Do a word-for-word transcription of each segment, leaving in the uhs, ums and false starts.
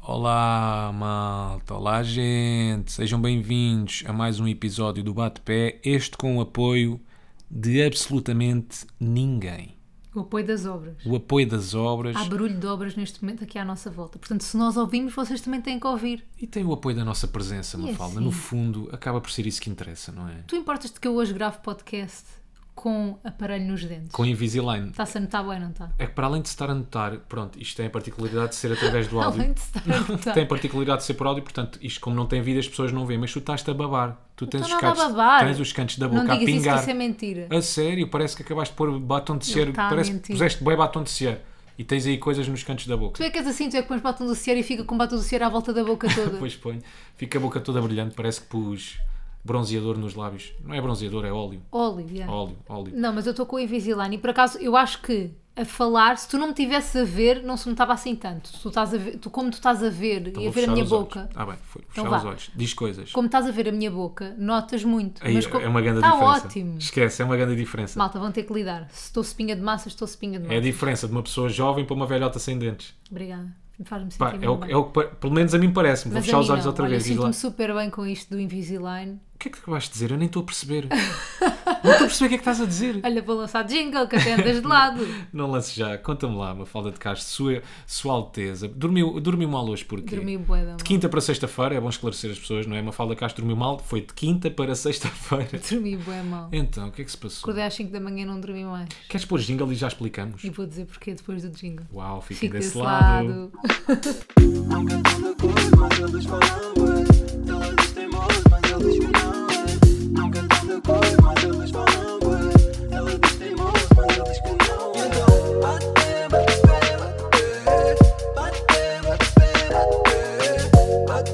Olá, malta, olá, gente, sejam bem-vindos a mais um episódio do Bate-Pé, este com o apoio de absolutamente ninguém. O apoio das obras. O apoio das obras. Há barulho de obras neste momento aqui à nossa volta. Portanto, se nós ouvimos, vocês também têm que ouvir. E tem o apoio da nossa presença, E Mafalda. assim? No fundo, acaba por ser isso que interessa, não é? Tu importas-te que eu hoje gravo podcast com aparelho nos dentes? Com Invisalign. Está-se a notar bem, não está? É que para além de se estar a notar, pronto, isto tem a particularidade de ser através do áudio. Além de estar a notar. Tem a particularidade de ser por áudio, portanto, isto como não tem vídeo as pessoas não veem, mas tu estás-te a babar. Tu tens os, Estou nada cantos, a babar. tens os cantos da Não boca a digas isso, que pingar. isso é mentira. A sério, parece que acabaste de pôr batom de Ele cera. tá a Parece que mentir. puseste bem batom de cera. E tens aí coisas nos cantos da boca. Tu é que és assim, tu é que pões batom do cera e fica com batom do cera à volta da boca toda. Depois ponho. Fica a boca toda brilhante. Parece que pus bronzeador nos lábios. Não é bronzeador, é óleo. Óleo, yeah. Óleo, óleo. Não, mas eu estou com o Invisalign e por acaso eu acho que a falar, se tu não me tivesse a ver, não se notava assim tanto. Tu estás a ver, tu, como tu estás a ver Então e a vou ver a fechar minha os boca, olhos. Ah bem, foi. Fechar Então vá. os olhos. Diz coisas. como estás a ver a minha boca, notas muito. Aí, mas co- é uma grande está diferença. ótimo. Esquece, é uma grande diferença. Malta, vão ter que lidar. Se estou espinha de massa, estou espinha de É massa. a diferença de uma pessoa jovem para uma velhota sem dentes. Obrigada. Faz-me sentir Pá, é, o, bem. é o que, pa- pelo menos a mim parece-me. Vou Mas fechar a os mim olhos não. outra Olha, vez. Diz lá. sinto-me super bem com isto do Invisalign. O que é que tu vais dizer? Eu nem estou a perceber. Não estou a perceber o que é que estás a dizer. Olha, vou lançar jingle, que até andas de lado. Não lance já, conta-me lá, uma falda de Castro, sua, sua Alteza. Dormiu, dormiu mal hoje porquê? Dormi bué da mal. De quinta para sexta-feira, é bom esclarecer as pessoas, não é? Mafalda Castro dormiu mal, foi de quinta para sexta-feira. Dormi bué mal. Então, o que é que se passou? Acordei às cinco da manhã e não dormi mais. Queres pôr jingle e já explicamos? E vou dizer porquê depois do jingle. Uau, fiquem Fico desse desse lado. lado. Nunca tão de acordo, mas eles falam bué. Ela diz teimoso, mas ele diz que não é. Nunca tão de acordo, mas eles falam bué. Ela diz teimoso, mas ele diz que não é. Então, bate, bate, bate, bate,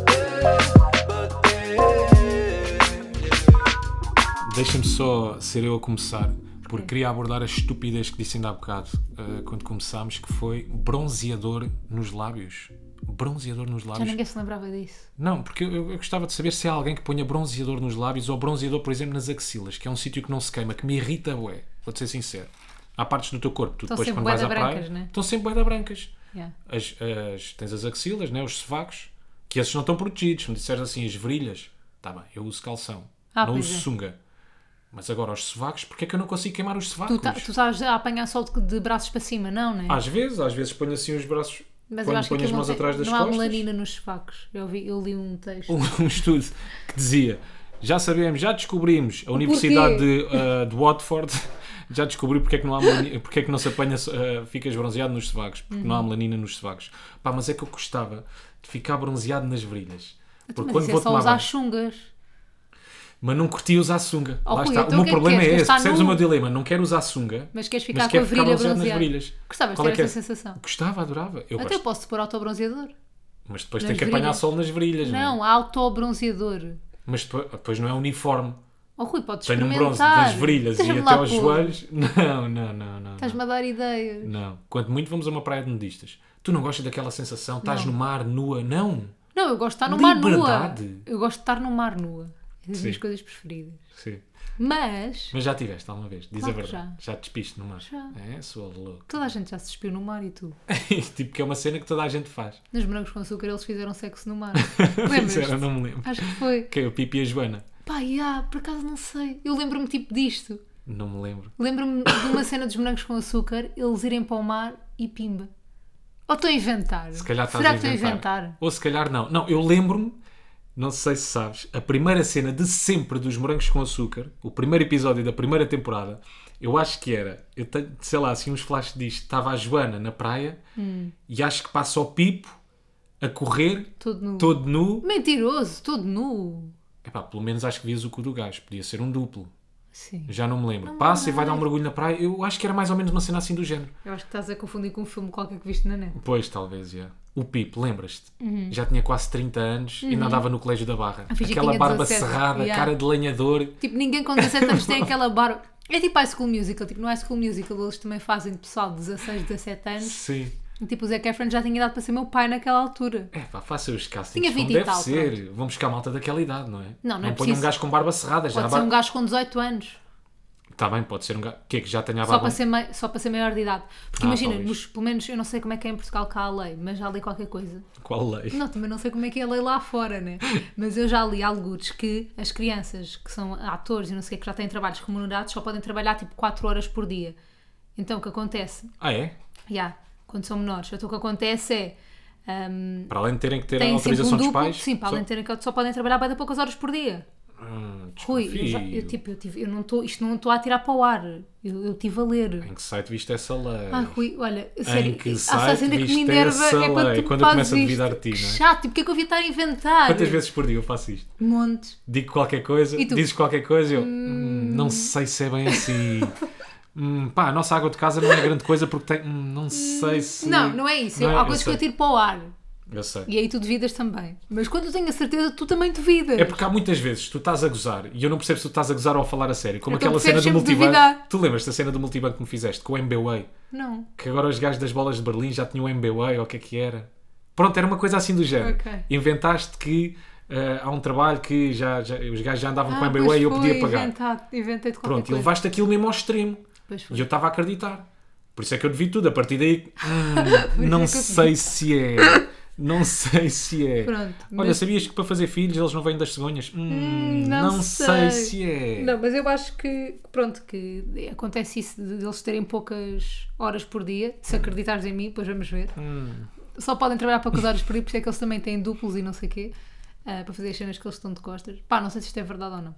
bate, bate. Deixa-me só ser eu a começar, porque queria abordar a estupidez que disse ainda há bocado, uh, quando começámos, que foi bronzeador nos lábios. Bronzeador nos Já lábios. ninguém se lembrava disso. Não, porque eu, eu gostava de saber se há alguém que ponha bronzeador nos lábios ou bronzeador, por exemplo, nas axilas, que é um sítio que não se queima, que me irrita, bué. Vou-te ser sincero. Há partes do teu corpo, tu Estão depois sempre quando vais bué à da praia, brancas, né? estão sempre bué da brancas. Yeah. As, as- tens as axilas, né? Os sovacos, que esses não estão protegidos. Se me disseres assim, as virilhas, tá bem, eu uso calção, Ah, não pois uso é. sunga. Mas agora os sovacos, porque é que eu não consigo queimar os sovacos? Tu, tá, tu estás a apanhar sol de, de braços para cima, não, né? Às vezes, às vezes ponho assim os braços, Mas eu quando acho que ponho as aquilo não, mãos tem, atrás das não há costas. melanina nos sovacos. Eu, vi, eu li um texto. um, um estudo que dizia, já sabemos, já descobrimos, a Universidade de, uh, de Watford já descobriu porque é que não há melanina, porque é que não se apanha, uh, ficas bronzeado nos sovacos, porque Uhum. não há melanina nos sovacos. Pá, mas é que eu gostava de ficar bronzeado nas virilhas. Então, Porque mas quando isso é vou só tomar usar banho, chungas. mas não curti usar sunga. Oh, Lá Rui, está. então O o meu que é que problema queres? é esse, Gastar percebes nu? o meu dilema? Não quero usar sunga, Mas queres ficar mas com quero a ficar virilha bronzeado nas bronzeada. virilhas. Gostavas de Qual é ter que é? essa sensação? Gostava, adorava. Eu Até gosto. posso pôr autobronzeador. Mas depois nas tem que apanhar virilhas. sol nas virilhas, não é? Não, autobronzeador. Mas depois, depois não é uniforme. Oh Rui, podes Tenho um experimentar. bronze das virilhas e Deixa-me até lá aos pôr. joelhos. Não, não, não, não. Estás-me a dar ideias. Não. Quanto muito vamos a uma praia de nudistas. Tu não gostas daquela sensação? Estás Não. no mar, nua? Não. Não, eu gosto de estar no mar nua. Liberdade. Eu gosto de estar no mar nua. É das Sim. minhas coisas preferidas. Sim. Mas Mas já tiveste alguma vez? Diz Claro a que verdade. Já. te despiste no mar? Já. É, sua louca. toda a gente já se despiu no mar e tu. Tipo que é uma cena que toda a gente faz. Nos morangos com açúcar eles fizeram sexo no mar. Sincera, Lembras-te? não me lembro. Acho que foi. Que é o Pipi e a Joana? Pá, yeah, por acaso não sei. Eu lembro-me tipo disto. Não me lembro. Lembro-me de uma cena dos morangos com açúcar, eles irem para o mar e pimba. Ou estou a inventar? Se calhar estás Será a que estou a inventar. inventar? Ou se calhar não. Não, eu lembro-me, não sei se sabes, a primeira cena de sempre dos Morangos com Açúcar, o primeiro episódio da primeira temporada, eu acho que era, eu tenho, sei lá, assim uns flashes disto, estava a Joana na praia Hum. e acho que passa o Pipo a correr, Todo nu. todo nu. Mentiroso, todo nu. Epá, pelo menos acho que vias o cu do gajo, podia ser um duplo. Sim. Já não me lembro. Não Passa e vai vai. dar um mergulho na praia. Eu acho que era mais ou menos uma cena assim do género. Eu acho que estás a confundir com um filme qualquer que viste na net. Pois, talvez, já. O Pipo, lembras-te? Uhum. Já tinha quase trinta anos e andava no Colégio da Barra. A fingir que Aquela tinha barba dezassete, cerrada, yeah. cara de lenhador. Tipo, ninguém com dezassete anos tem aquela barba. É tipo High School Musical. Tipo, no High School Musical eles também fazem de pessoal de dezasseis, dezassete anos. Sim. E, tipo, o Zac Efron já tinha idade para ser meu pai naquela altura. É pá, faça os castings Tinha como vinte e deve tal, ser. Vão buscar malta daquela idade, não é? Não, não é ponham um preciso. gajo com barba cerrada. Já Pode a ser bar- um gajo com dezoito anos. Está bem, pode ser um gajo. O que é que já tenha a Só barba? para, ser mai- só para ser maior de idade. Porque Ah, imagina, talvez. nos- pelo menos eu não sei como é que é em Portugal cá a lei, mas já li qualquer coisa. Qual lei? Não, também não sei como é que é a lei lá fora, né? Mas eu já li algures que as crianças que são atores e não sei o que, que já têm trabalhos remunerados, só podem trabalhar tipo quatro horas por dia. Então o que acontece? Ah, é? Já, quando são menores. Então o que acontece é. hum, Para além de terem que ter a têm sempre autorização um dos duplo, pais? sim, para além só- de terem que só podem trabalhar bem de poucas horas por dia. Hum, Rui, eu, já- desconfio. eu, tipo, eu, tive, eu não estou, isto não estou a tirar para o ar. Eu, eu estive a ler. Em que site viste essa lei? Ai, Rui, olha, a sério, Em que há site só a cena que me viste enerva essa é quando lei? tu Quando eu fazes começo a isto. duvidar de ti, Que não é? chato, porque é que eu vi estar a inventar? Quantas vezes por dia eu faço isto? Montes. Digo qualquer coisa, E tu? dizes qualquer coisa, eu "Hum, não sei se é bem assim. Hum, pá, a nossa água de casa não é grande coisa porque tem. hum, não sei se. Não, não é isso. Não Eu- é? há Eu coisas que eu sei. tiro para o ar. Eu sei. E aí tu duvidas também. Mas quando eu tenho a certeza, tu também duvidas. É porque há muitas vezes tu estás a gozar e eu não percebo se tu estás a gozar ou a falar a sério. Como Então aquela cena percebes do sempre multibanco. duvidar. Tu lembras da cena do multibanco que me fizeste com o M B W A? Não. Que agora os gajos das bolas de Berlim já tinham o M B W A ou o que é que era? Pronto, era uma coisa assim do género. Ok. Inventaste que eh, há um trabalho que já, já- os gajos já andavam com o Ah, M B W A e eu pois podia foi, pagar. inventado- Inventei de qualquer Pronto, e coisa. levaste aquilo mesmo ao extremo. Pois foi. E eu estava a acreditar. Por isso é que eu devi tudo. A partir daí, hum, é não que eu- sei se é. Não sei se é. Pronto, Olha, mas- sabias que para fazer filhos eles não vêm das cegonhas? Hum, Hum, não, não sei. sei. se é. Não, mas eu acho que, pronto, que acontece isso de eles terem poucas horas por dia. Se acreditares em mim, depois vamos ver. Hum. Só podem trabalhar poucas horas por dia, por isso é que eles também têm duplos e não sei o quê, ah, para fazer as cenas que eles estão de costas. Pá, não sei se isto é verdade ou não.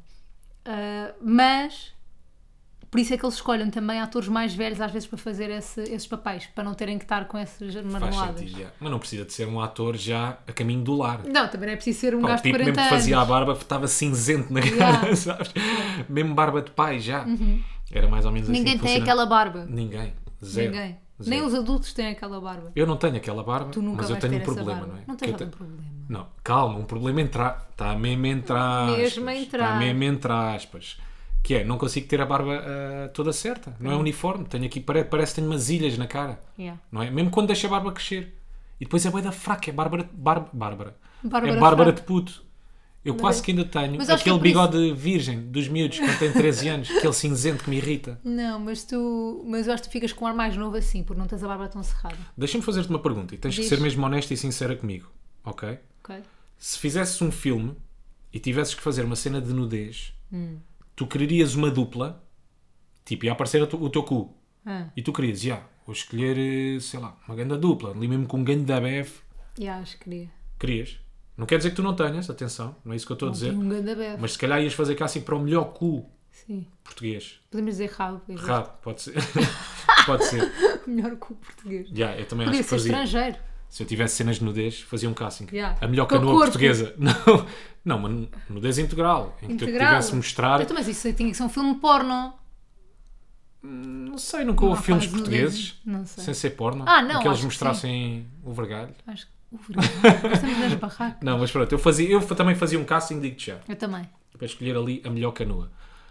Ah, mas, por isso é que eles escolhem também atores mais velhos às vezes para fazer esse- esses papéis, para não terem que estar com essas Faz marmeladas. sentido, já. Mas não precisa de ser um ator já a caminho do lar. Não, também não é preciso ser um Pá, o gajo de tipo mesmo quarenta que anos. fazia a barba estava cinzento na cara, Yeah. sabes? Mesmo barba de pai já. Era mais ou menos assim. Ninguém que tem funciona. aquela barba. Ninguém. Zero. Ninguém. Zero. Nem os adultos têm aquela barba. Eu não tenho aquela barba, Tu nunca mas eu vais tenho ter um essa problema, barba. não é? Não Que tens eu algum te- problema. Não, calma, um problema entra... está mesmo entre aspas. Mesmo entre Está aspas. mesmo entre aspas. Que é, não consigo ter a barba ah, toda certa. Não é uniforme. Tenho aqui, pare- parece que tenho umas ilhas na cara. Yeah. Não é? Mesmo quando deixo a barba crescer. E depois é bué da fraca, é Bárbara... Bar, Bárbara. Bárbara é Bárbara Fraca. de puto. Eu Mas quase é- que ainda tenho Mas acho que é aquele por isso- bigode virgem dos miúdos quando tem treze anos. Aquele cinzento que me irrita. Não, mas tu. Mas eu acho que tu ficas com um ar mais novo assim, porque não tens a barba tão cerrada. Deixa-me fazer-te uma pergunta e tens que Diz. ser mesmo honesta e sincera comigo. Ok? Ok? Se fizesses um filme e tivesses que fazer uma cena de nudez, Hum. tu quererias uma dupla, tipo, ia aparecer a tu- o teu cu, Ah, e tu querias, já, vou escolher, eh, sei lá, uma grande dupla, ali mesmo com um ganho da B F, yeah, acho que queria. querias. Não quer dizer que tu não tenhas, atenção, não é isso que eu estou a Não dizer, tenho um ganda bebê. mas se calhar ias fazer casting para o melhor cu Sim. português. Podemos dizer rabo. em vez de- Rabo, pode ser. Pode ser. Melhor cu português. Já, eu também Podia acho que ser fazia. estrangeiro. Se eu tivesse cenas de nudez, fazia um casting. Já. A melhor Com canoa corpo. portuguesa. Não, não, uma nudez integral. Em que eu te Integral. tivesse mostrar. Então, mas isso aí tinha que ser um filme porno. Não sei, nunca houve Não, filmes faz portugueses nudez. Não sei. sem ser porno. Ah, não, em que eles acho que mostrassem o vergalho. Acho que. Uh, verdade. Estamos nas barracas. Não, mas pronto, eu, fazia, eu também fazia um casting, digo-te já. Eu também. Para escolher ali a melhor canoa.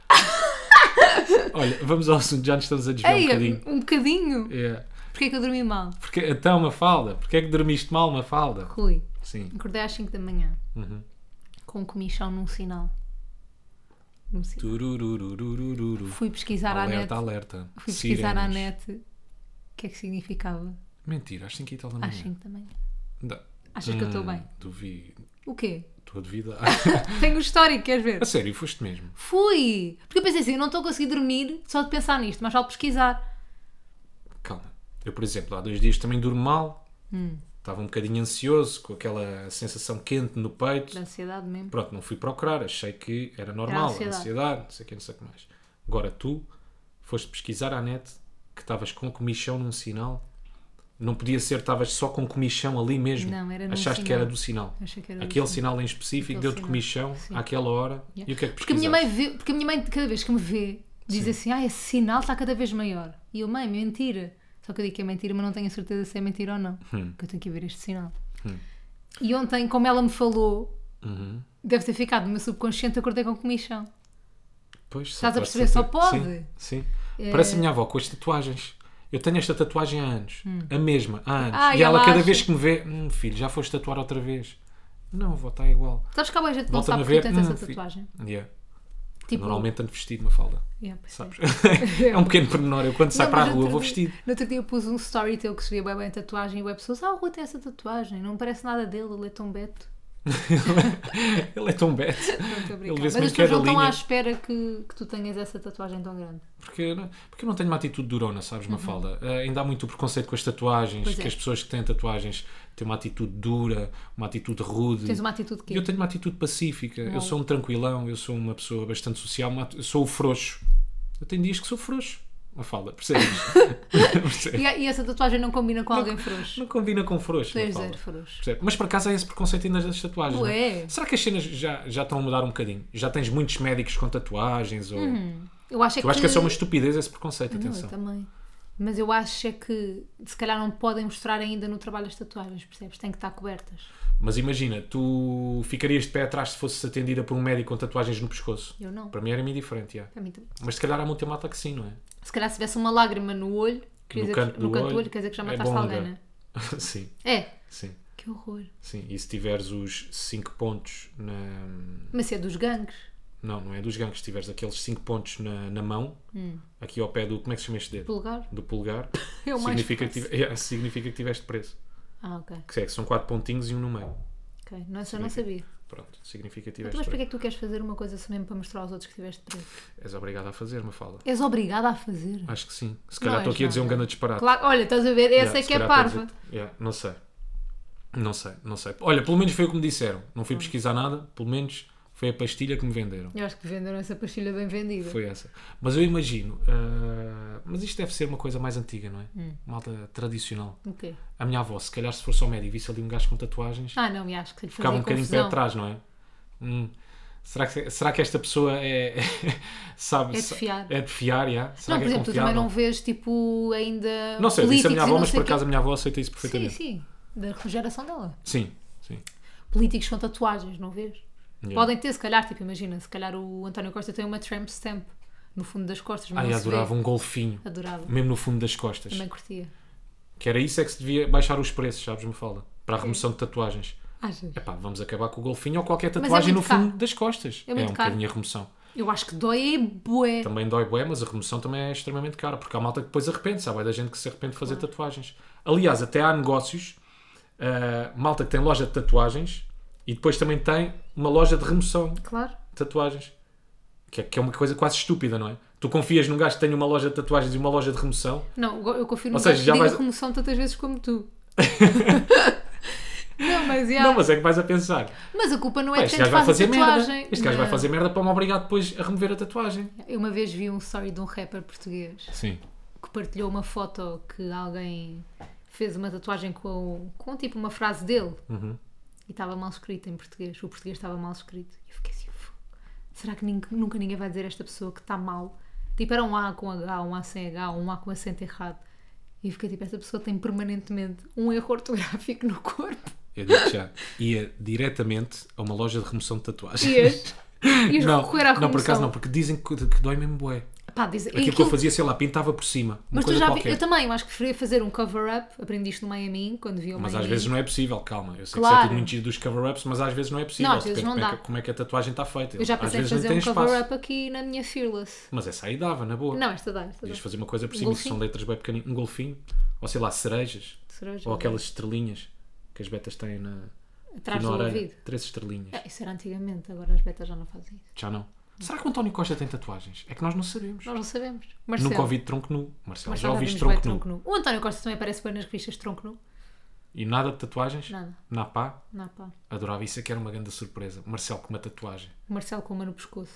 Olha, vamos ao assunto, já nos estamos a desviar um Ei, bocadinho. um bocadinho. Yeah. Porquê que eu dormi mal? Porque, então, Mafalda, porque é que dormiste mal, Mafalda? Rui, Sim. acordei às cinco da manhã. Uhum. Com um comichão num sinal. Num sinal. Tururururururu. Fui pesquisar à net. Alerta, alerta. Fui pesquisar à Sirenes. net o que é que significava Mentira, às cinco e tal da manhã. às cinco da manhã. Dá. Achas que eu estou Hum, bem? Duvido. O quê? Estou a duvidar. Tenho um histórico, queres ver? A sério, foste mesmo. Fui! Porque eu pensei assim, eu não estou a conseguir dormir só de pensar nisto, mas vale pesquisar. Calma. Eu, por exemplo, há dois dias também durmo mal. Hum. Estava um bocadinho ansioso, com aquela sensação quente no peito. Da ansiedade mesmo. Pronto, não fui procurar. Achei que era normal. ansiedade. Ansiedade, não sei o que, não sei o que mais. Agora tu foste pesquisar à net que estavas com comichão num sinal. Não podia ser, estavas só com comichão ali mesmo. Não, era num Achaste que sinal. era do sinal. Achei que era do Aquele sinal. sinal em específico Aquele deu-te sinal. comichão Sim. àquela hora. Yeah. E o que é que Porque a minha pesquisaste? mãe vê, porque a minha mãe, cada vez que me vê, diz Sim. assim: ah, esse sinal está cada vez maior. E eu, mãe, mentira. Só que eu digo que é mentira, mas não tenho a certeza se é mentira ou não. Hum. Porque eu tenho que ver este sinal. Hum. E ontem, como ela me falou, Uhum. deve ter ficado no meu subconsciente, acordei com comichão. Pois, só Estás a pode perceber? ser Só tu. pode. Sim, sim. É. Parece a minha avó com as tatuagens. Eu tenho esta tatuagem há anos. A mesma, há anos. Ah, e e ela, ela cada acha- vez que me vê, hum, filho, já foste tatuar outra vez. Não, vou estar igual. Sabes que há boa gente que não Volta-me sabe a porque ver. tu tens hum, essa filho. tatuagem? Yeah. Tipo, Tipo- Normalmente ando vestido, Mafalda. Yeah, pois Sabes? é. É um pequeno pormenor. Eu quando saio Não, para a mas rua outro vou dia- vestido. No outro dia eu pus um story teu que escrevia bem bem tatuagem e web pessoas, ah, o Rui tem essa tatuagem, não parece nada dele, ele é tão beto. Ele é tão beto. Não estou a brincar. Ele Mas vê-se as muito pessoas não cada estão à linha. espera que, que tu tenhas essa tatuagem tão grande. Porque, porque eu não tenho uma atitude durona, sabes, Mafalda? Uh, ainda há muito preconceito com as tatuagens, Uhum. Pois que é. as pessoas que têm tatuagens têm uma atitude dura, uma atitude rude. Tens uma atitude que E eu tenho uma atitude pacífica. Eu Uau. sou um tranquilão, eu sou uma pessoa bastante social, uma atu- eu sou o frouxo. Eu tenho dias que sou frouxo. Mafalda, percebes? Percebes? E, e essa tatuagem não combina com alguém frouxo. Não combina com frouxo. Tu és Mafalda. zero frouxo. Percebe? Mas por acaso há esse preconceito ainda das tatuagens. não é? Ué. Será que as cenas já, já estão a mudar um bocadinho? Já tens muitos médicos com tatuagens? Ou... Eu acho é Eu acho que é só uma estupidez esse preconceito, Não, eu atenção. também. Mas eu acho é que se calhar não podem mostrar ainda no trabalho as tatuagens, percebes? Têm que estar cobertas. Mas imagina, tu ficarias de pé atrás se fosses atendida por um médico com tatuagens no pescoço. Eu não. Para mim era meio diferente, já. Para mim também. Mas se calhar há muita malta que sim, não é? Se calhar se tivesse uma lágrima no olho, quer No dizer canto que, no do canto do olho, olho, quer dizer que já é mataste bonga. alguém, né? Sim, É. sim, Que horror. sim. E se tiveres os cinco pontos na... Mas se é dos gangues. Não, não é dos gangues. Se tiveres aqueles cinco pontos na, na mão, aqui ao pé do... Como é que se chama este dedo? Polegar. Do polegar. É o mais significa, que fácil. tive- é, significa que tiveste preso. Ah, ok. Que é que são quatro pontinhos e um no meio. Ok. Não, essa eu não sabia. Pronto, significa que Então, tiveste mas preso. porquê é que tu queres fazer uma coisa assim mesmo para mostrar aos outros que estiveste preso? És obrigado a fazer, Mafalda. És obrigada a fazer. Acho que sim. Se Não calhar estou és aqui a dizer um nada. grande disparate. Claro, olha, estás a ver? Essa Yeah, é se que é calhar estou a parva. dizer- Yeah, não sei. Não sei, não sei. Olha, pelo menos foi o que me disseram. Não fui pesquisar nada, pelo menos foi a pastilha que me venderam. Eu acho que venderam essa pastilha bem vendida. Foi essa. Mas eu imagino. ah, mas isto deve ser uma coisa mais antiga, não é? Hum. Malta tradicional. O quê? A minha avó, se calhar se fosse ao médico e visse ali um gajo com tatuagens, Ah, não, me acho que lhe ficava fazia um bocadinho confusão. pé atrás, não é? Hum. Será, que, será que esta pessoa é. sabe, É de fiar. É de fiar, já? Será Não, por que é exemplo, tu também confiável? não vês, tipo, ainda Não sei, eu disse a políticos minha e avó, não mas sei por quê. acaso a minha avó aceita isso Sim, perfeitamente. sim. Da geração dela. Sim, sim. Políticos com tatuagens, não vês? Yeah. Podem ter, se calhar, tipo, imagina, se calhar o António Costa tem uma tramp stamp no fundo das costas, mas Ai, não se adorava vê. um golfinho, Adorava. mesmo no fundo das costas. Também curtia. Que era isso é que se devia baixar os preços, sabes, me fala? Para a remoção de tatuagens. Achas? Epá, vamos acabar com o golfinho ou qualquer é tatuagem no muito caro. fundo das costas. É muito um caro. bocadinho a remoção. Eu acho que dói é bué. Também dói bué, mas a remoção também é extremamente cara, porque há malta que depois arrepende, sabe? É da gente que se arrepende de fazer tatuagens. Aliás, até há negócios, ah, malta que tem loja de tatuagens e depois também tem uma loja de remoção de Claro. tatuagens. Que é, que é uma coisa quase estúpida, não é? Tu confias num gajo que tem uma loja de tatuagens e uma loja de remoção. Não, eu confio Ou no seja, gajo que já diga vais- remoção tantas vezes como tu. Não, mas, já. Não, mas é que vais a pensar. Mas a culpa não é Pá, de este quem gajo vai faz a fazer merda. tatuagem. Este gajo vai Não. fazer merda para me obrigar depois a remover a tatuagem. Eu uma vez vi um story de um rapper português Sim. que partilhou uma foto que alguém fez uma tatuagem com, com tipo uma frase dele Uhum. e estava mal escrita em português. O português estava mal escrito. E eu fiquei assim, "Fu, será que nin- nunca ninguém vai dizer a esta pessoa que está mal?" Tipo, era um A com H, um A sem H, um A com acento errado. E eu fiquei tipo, esta pessoa tem permanentemente um erro ortográfico no corpo. Eu digo já. Ia diretamente a uma loja de remoção de tatuagens. Ias, ias Não, recorrer à remoção. não, por acaso não, porque dizem que, que dói mesmo bué. Pá, diz- Aquilo, aquilo- que eu fazia, sei lá, pintava por cima. Uma Mas tu coisa já vi, qualquer. eu também, eu acho que preferia fazer um cover-up. Aprendi isto no Miami, quando vi o Mas Miami. às vezes não é possível, calma. Eu sei que isso é Claro. tudo muito giro dos cover-ups, mas às vezes não é possível. Não, às vezes Depende não como, dá. É que, como é que a tatuagem está feita. Eu já às pensei em vezes nem fazer tem um espaço. cover-up aqui na minha Fearless. Mas essa aí dava, na boa. Não, esta dá, esta dá. Podias fazer uma coisa por Um cima, isso golfinho? são letras bem pequeninas. Um golfinho, ou sei lá, cerejas, Cereja, ou aquelas estrelinhas que as betas têm na, atrás aqui na do orelha. ouvido. Três estrelinhas. Ah, isso era antigamente, agora as betas já não fazem isso. Já não. Será que o António Costa tem tatuagens? É que nós não sabemos. Nós não sabemos. Marcelo. Nunca ouvi de tronco nu. Marcelo, Mas já ouviste vimos bué tronco, nu. O António Costa também aparece bem nas revistas de tronco nu. E nada de tatuagens? Nada. Na pá? Não, pá. Adorava isso, é que era uma grande surpresa. Marcelo com uma tatuagem. O Marcelo com uma no pescoço.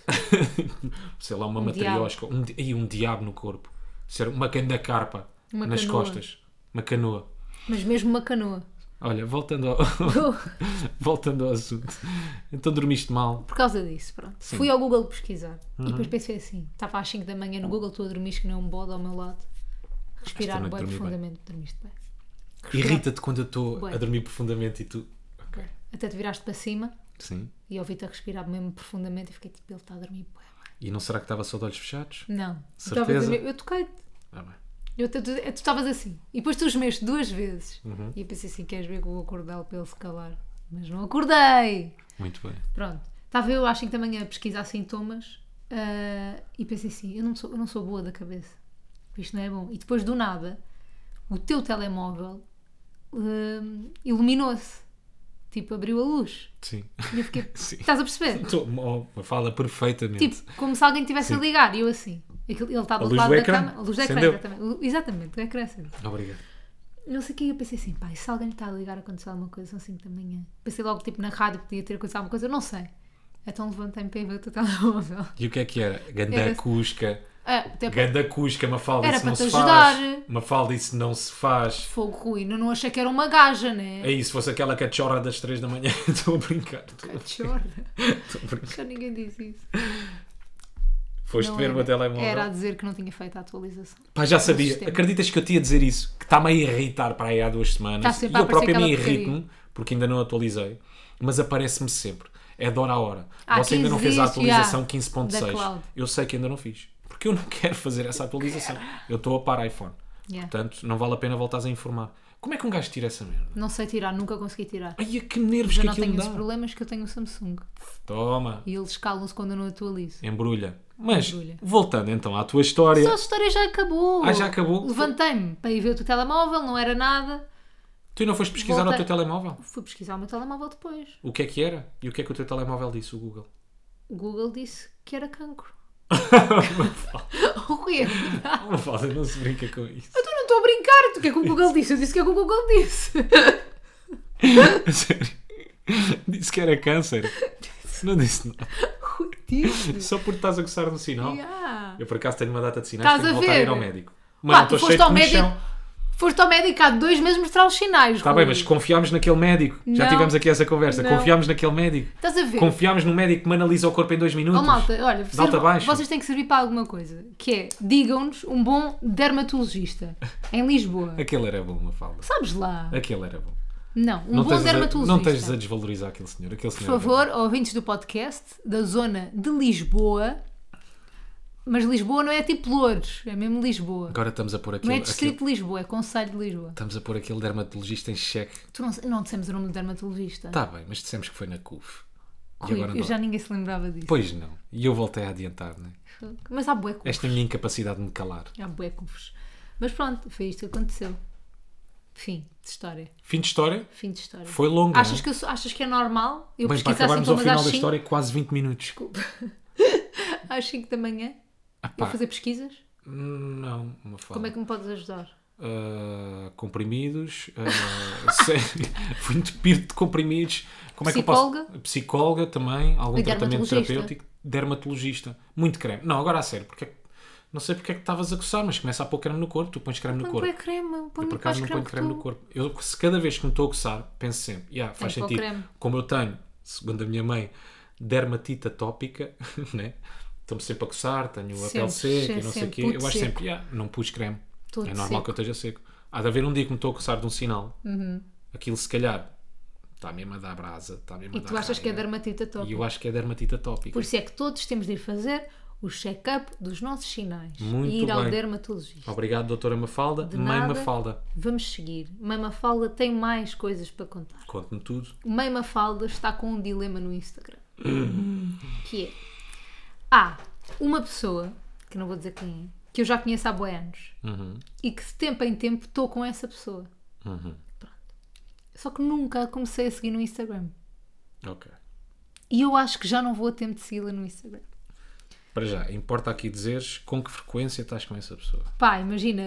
Sei lá, uma Um matriosca. Um, di- e um diabo no corpo. Isso era uma grande carpa Uma nas canoa. costas. Uma canoa. Mas mesmo uma canoa. Olha, voltando ao, voltando ao assunto. Então dormiste mal. Por causa disso, pronto. Sim. Fui ao Google pesquisar. E Uhum. depois pensei assim: estava às cinco da manhã no Google, tu a dormir que nem um bode ao meu lado. Respirar Esta bem noite dormi bem. profundamente. Dormiste bem. Irrita-te quando eu estou Bué. a dormir profundamente e tu. Ok. Até te viraste para cima Sim. e ouvi-te a respirar mesmo profundamente e fiquei tipo, ele está a dormir bem. E não será que estava só de olhos fechados? Não. Eu Certeza? estava a dormir- Eu toquei-te. Ah, bem. Eu te- tu tu estavas assim. E depois tu gemeste duas vezes. Uhum. E eu pensei assim: queres ver que eu vou acordá-lo para ele se calar? Mas não acordei. Muito bem. Pronto. Estava eu às cinco da manhã a pesquisar sintomas Ah, e pensei assim, eu não, sou, eu não sou boa da cabeça. Isto não é bom. E depois do nada, o teu telemóvel hum, iluminou-se. Tipo, abriu a luz. Sim. E eu fiquei, Sim. estás a perceber? Tô- oh, uma fala perfeitamente. Tipo, como se alguém estivesse a ligar. E eu assim. Aquilo- Ele estava A do luz lado do da ecrã. cama. A luz do ecrã, Acendeu. exatamente. O- Exatamente, o ecrã acendeu. Obrigado. Não sei o que, eu pensei assim, pá, e se alguém está a ligar aconteceu alguma coisa, são cinco da manhã. Pensei logo, tipo, na rádio podia ter acontecido alguma coisa, eu não sei. Então levantei-me para ir ver o teu telemóvel. E o que é que era? Ganda Era- Cusca. Ah, até para Ganda Cusca, Mafalda, Era isso não para te se ajudar. faz. Mafalda, isso não se faz. fogo ruim, eu não achei que era uma gaja, né? É isso, se fosse aquela cachorra das três da manhã. Estou a brincar. Estou a brincar. Cachorra. Estou a brincar. Já ninguém disse isso. Foste Não ver o meu era. telemóvel. Era a dizer que não tinha feito a atualização. Pá, já do sabia. sistema. Acreditas que eu tinha a dizer isso? Que está-me a irritar para aí há duas semanas. Está sempre e a eu próprio aparecer me aquela irrito-me, porque ainda não atualizei. Mas aparece-me sempre. É de hora a hora. Ah, Você ainda não quinze fez a dias, atualização já, quinze ponto da seis. cloud. Eu sei que ainda não fiz. Porque eu não quero fazer essa atualização. Eu estou a par iPhone. Yeah. Portanto, não vale a pena voltares a informar. Como é que um gajo tira essa merda? Não sei tirar, nunca consegui tirar. Ai, que nervos Já que não aquilo tenho me esses dá. problemas que eu tenho o Samsung. Toma. E eles calam-se quando eu não atualizo. Embrulha. Mas, Embrulha. voltando então à tua história. Só a história já acabou. Ah, já acabou? Levantei-me para ir ver o teu telemóvel, não era nada. Tu não foste pesquisar Voltei- o teu telemóvel? Fui pesquisar o meu telemóvel depois. O que é que era? E o que é que o teu telemóvel disse, o Google? O Google disse que era cancro. O Rui é verdade. Não fala, não se brinca com isso. Eu não estou a brincar. Tu o que é que o Google disse? Eu disse que é que o Google disse. A sério. Disse que era câncer. Não disse nada. Rui disse. Só porque estás a gostar no sinal. Yeah. Eu por acaso tenho uma data de sinais, Estás tenho que a voltar a ir ver? ao médico. Pá, Mano, tu estou foste cheio de ao médico. comichão. Foste ao médico há dois meses mostrar os sinais. Está Rui. bem, mas confiámos naquele médico. Já Não. tivemos aqui essa conversa. Não. Confiámos naquele médico. Estás a ver? Confiámos num médico que me analisa o corpo em dois minutos. Oh malta, olha, De alta a serve- baixo. vocês têm que servir para alguma coisa. Que é, digam-nos um bom dermatologista em Lisboa. Aquele era bom, Mafalda. Sabes lá? Aquele era bom. Não, um não bom tens a- dermatologista. Não tens a desvalorizar aquele senhor. Aquele Por senhor era favor, ouvintes do podcast da zona de Lisboa, mas Lisboa não é tipo Loures, é mesmo Lisboa. Agora estamos a pôr Não aquele, é distrito aquele- de Lisboa, é Conselho de Lisboa. estamos a pôr aquele dermatologista em xeque. Tu não, não dissemos o nome do dermatologista? Está bem, mas dissemos que foi na C U F. E Rui, agora eu não. já ninguém se lembrava disso. Pois não. E eu voltei a adiantar, não é? Mas há bué cufos. Esta minha incapacidade de me calar. Há bué cufos. Mas pronto, foi isto que aconteceu. Fim de história. Fim de história. Fim de história. Foi longa. Achas não que, eu sou- achas que é normal eu Bem, para pesquisar acabarmos ao sintomas final às da cinco história, quase vinte minutos. às cinco da manhã? Ah, Eu pá, fazer pesquisas? não, uma fala. Como é que me podes ajudar? Ah, comprimidos. ah, sério, fui entupido de comprimidos. Como é que eu Psicóloga? posso? Psicóloga também. Algum E tratamento dermatologista? terapêutico. Dermatologista. Muito creme. Não, agora a sério. Porque é que- não sei porque é que estavas a coçar, mas começa a pôr creme no corpo. Tu pões creme no Põe corpo. bué creme, põe Eu, por muito acaso mais não creme ponho que creme tu. no corpo. Eu, se cada vez que me estou a coçar, penso sempre, yeah, faz Tem que pôr sentido. creme. Como eu tenho, segundo a minha mãe, dermatite atópica, né? Estou-me sempre a coçar, tenho a Sempre, pele seca e não sei o sempre, quê. puto Eu acho seco. sempre, yeah, não pus creme. Todo é normal seco. que eu esteja seco. Há de haver um dia que me estou a coçar de um sinal, Uhum. aquilo se calhar está mesmo a dar brasa, está mesmo a E dar tu achas que é raiva. dermatite E atópica? eu acho que é dermatite atópica. Por isso é que todos temos de ir fazer o check-up dos nossos sinais. Muito e ir ao bem. dermatologista. Obrigado, doutora Mafalda. De Mãe nada. Mafalda. Vamos seguir. Mãe Mafalda tem mais coisas para contar. Conte-me tudo. Mãe Mafalda está com um dilema no Instagram. Que é... Há uma pessoa, que não vou dizer quem é, que eu já conheço há bué anos. Uhum. E que de tempo em tempo estou com essa pessoa. Uhum. Só que nunca a comecei a seguir no Instagram. Ok. E eu acho que já não vou a tempo de segui-la no Instagram. Para já, importa aqui dizeres com que frequência estás com essa pessoa. Pá, imagina,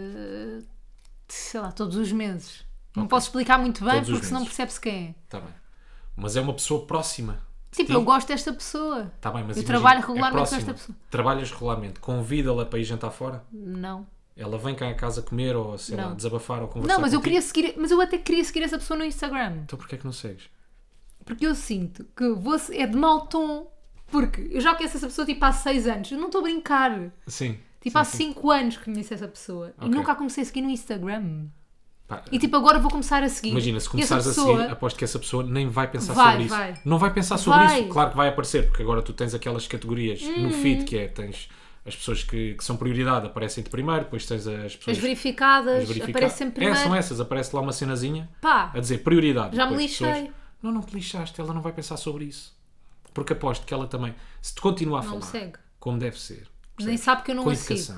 sei lá, todos os meses. Não Ok. posso explicar muito bem Todos os porque senão meses. percebe-se quem é. Está bem. Mas é uma pessoa próxima. de Tipo, ti. eu gosto desta pessoa. Tá bem, mas Eu imagina, trabalho é regularmente com próxima. esta pessoa. Trabalhas regularmente. Convida-la para ir jantar fora? Não. Ela vem cá a casa comer ou, sei lá, Não. desabafar ou conversar Não, mas eu contigo? queria seguir, mas eu até queria seguir essa pessoa no Instagram. Então porquê é que não segues? Porque eu sinto que vou, é de mau tom. Porque eu já conheço essa pessoa tipo há seis anos. Eu não estou a brincar. Sim. Tipo, sim, há sim. cinco anos que conheço essa pessoa. Ok. E nunca a comecei a seguir no Instagram. Pá, E tipo, agora vou começar a seguir. imagina, se E essa começares pessoa- a seguir, aposto que essa pessoa nem vai pensar Vai, sobre isso. vai. Não vai pensar sobre Vai. isso. Claro que vai aparecer, porque agora tu tens aquelas categorias no Uhum. feed que é, tens as pessoas que, que são prioridade, aparecem-te primeiro, depois tens as pessoas As verificadas, as verifica- aparece sempre É, primeiro. são essas, aparece lá uma cenazinha Pá, a dizer prioridade. Já me Depois lixei. pessoas- Não, não te lixaste, ela não vai pensar sobre isso. Porque aposto que ela também, se te continua a não me falar, segue. como deve ser. Nem sabe que eu não Com a sigo. educação.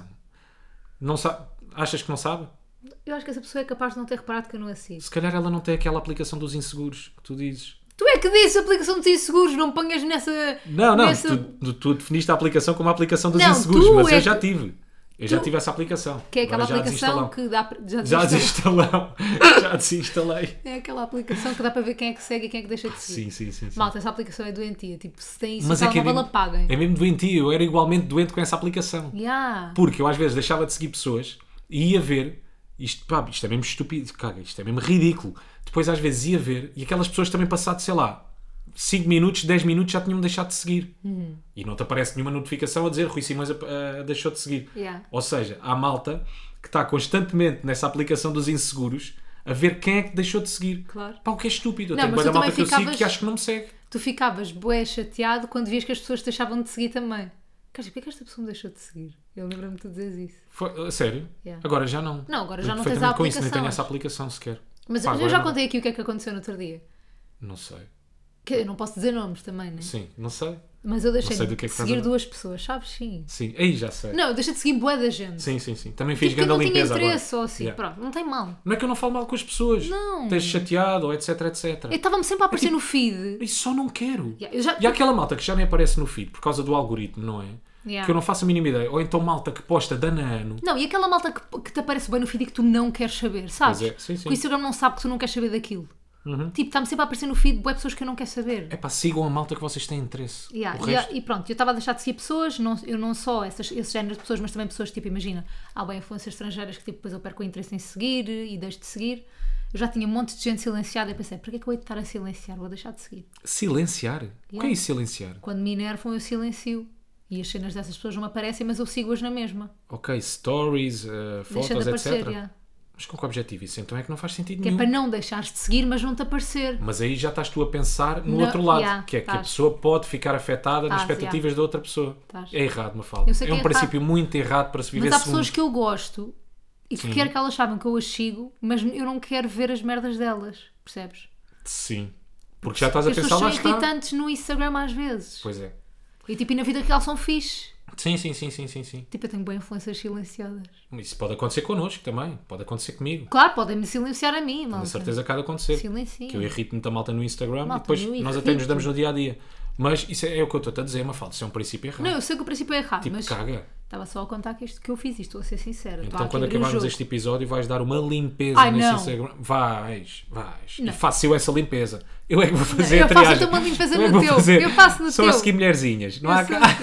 Não sabe? Achas que não sabe? Eu acho que essa pessoa é capaz de não ter reparado que eu não a sigo. Se calhar ela não tem aquela aplicação dos inseguros que tu dizes. Tu é que disse a aplicação dos inseguros, não me ponhas nessa... Não, não, nessa... tu, tu, tu definiste a aplicação como a aplicação dos Não, inseguros, tu mas é eu já que- tive. Eu já tu- tive essa aplicação. Que é aquela Agora já aplicação desinstalamos. que dá para... Já, Já desinstalou. desinstalei. Já desinstalei. É aquela aplicação que dá para ver quem é que segue e quem é que deixa de seguir. Sim, sim, sim. sim. Malta, essa aplicação é doentia. Tipo, se tem isso, Mas no é que é telemóvel, mesmo, apaguem. é mesmo doentio. Eu era igualmente doente com essa aplicação. Yeah. Porque eu às vezes deixava de seguir pessoas e ia ver. Isto, pá, isto é mesmo estúpido. Caga, isto é mesmo ridículo. Depois às vezes ia ver e aquelas pessoas também passado, sei lá, cinco minutos, dez minutos já tinham deixado de seguir. Uhum. E não te aparece nenhuma notificação a dizer Rui Simões uh, deixou de seguir. Yeah. Ou seja, há malta que está constantemente nessa aplicação dos inseguros a ver quem é que deixou de seguir. Claro. Pá, o que é estúpido. Eu Não, tenho mas bué da tu malta também que eu sigo ficavas- que acho que não me segue. Tu ficavas bué chateado quando vias que as pessoas te deixavam de seguir também. Cara, porquê é que esta pessoa me deixou de seguir? Eu lembro-me de tu dizeres isso. Foi, a sério? Yeah. Agora já não. Não, agora já Lembro não tens a perfeitamente com isso, nem tenho aplicação, essa acho. aplicação sequer. Mas Pá, eu agora já não. contei aqui o que é que aconteceu no outro dia. Não sei. Que eu não posso dizer nomes também, né? Sim, não sei. Mas eu deixei Não sei de do que é que seguir estás a- duas pessoas, sabes? Sim. Sim, aí já sei. Não, eu deixei de seguir bué da gente. Sim, sim, sim. Também fiz Tipo, que grande não tinha limpeza interesse agora. ou assim. Yeah. Pronto, não tem mal. Não é que eu não falo mal com as pessoas. Não. Tens chateado ou etc, etcétera. Eu estava-me sempre a aparecer no feed. Isso só não quero. Yeah, eu já- E há aquela malta que já me aparece no feed por causa do algoritmo, não é? Yeah. Que eu não faço a mínima ideia. Ou então malta que posta de ano a ano. Não, e aquela malta que, que te aparece bem no feed e que tu não queres saber, sabes? Pois é, sim, sim. Que o Instagram não sabe que tu não queres saber daquilo. Uhum. Tipo, está-me sempre a aparecer no feed bué pessoas que eu não quero saber. É pá, sigam a malta que vocês têm interesse. Yeah, O e- resto... e, pronto, eu estava a deixar de seguir pessoas, não, eu não só essas, esse género de pessoas, mas também pessoas tipo, imagina, há bem influências estrangeiras que tipo, depois eu perco o interesse em seguir e deixo de seguir. Eu já tinha um monte de gente silenciada e pensei, para que é que eu hei de estar a silenciar? Vou deixar de seguir. Silenciar? O que é Yeah. isso, silenciar? Quando me enervam, eu silencio. E as cenas dessas pessoas não me aparecem, mas eu sigo-as na mesma. Ok, stories, uh, Deixa fotos, de aparecer, etcétera. yeah. Mas com que objetivo? Isso então é que não faz sentido Que é nenhum. para não deixares de seguir, mas não te aparecer. Mas aí já estás tu a pensar no Não, outro lado, yeah, que é que a estás. pessoa pode ficar afetada nas Estás, expectativas da outra pessoa. Estás. É errado, Mafalda. Eu sei É que um é princípio muito errado para se viver Mas há segundo. pessoas que eu gosto e que quero que elas saibam que eu as sigo, mas eu não quero ver as merdas delas, percebes? Sim. Porque já estás a Porque as pensar lá pessoas são está. irritantes no Instagram às vezes. Pois é. E tipo, e na vida real são fixe. Sim, sim, sim, sim, sim, sim. Tipo, eu tenho boas influências silenciadas. Isso pode acontecer connosco também. Pode acontecer comigo. Claro, podem-me silenciar a mim, Com malta. certeza que há de acontecer. Silencio. Que eu irrito muita malta no Instagram Malta, e depois eu nós até irrito. nos damos no dia a dia. Mas isso é, é o que eu estou a dizer, Mafalda. Isso é um princípio errado. Não, eu sei que o princípio é errado, tipo, mas caga. estava só a contar que isto que eu fiz, isto, estou a ser sincera. Estou Então, aqui quando a abrir o acabarmos jogo. este episódio, vais dar uma limpeza Ai, nesse não. Instagram. Vais, vais. Não. E faço eu essa limpeza. Eu é que vou fazer eu a faço triagem. então uma limpeza Eu é que no vou teu. fazer. Eu faço no Só teu. a seguir mulherzinhas. Não Eu há sei cá.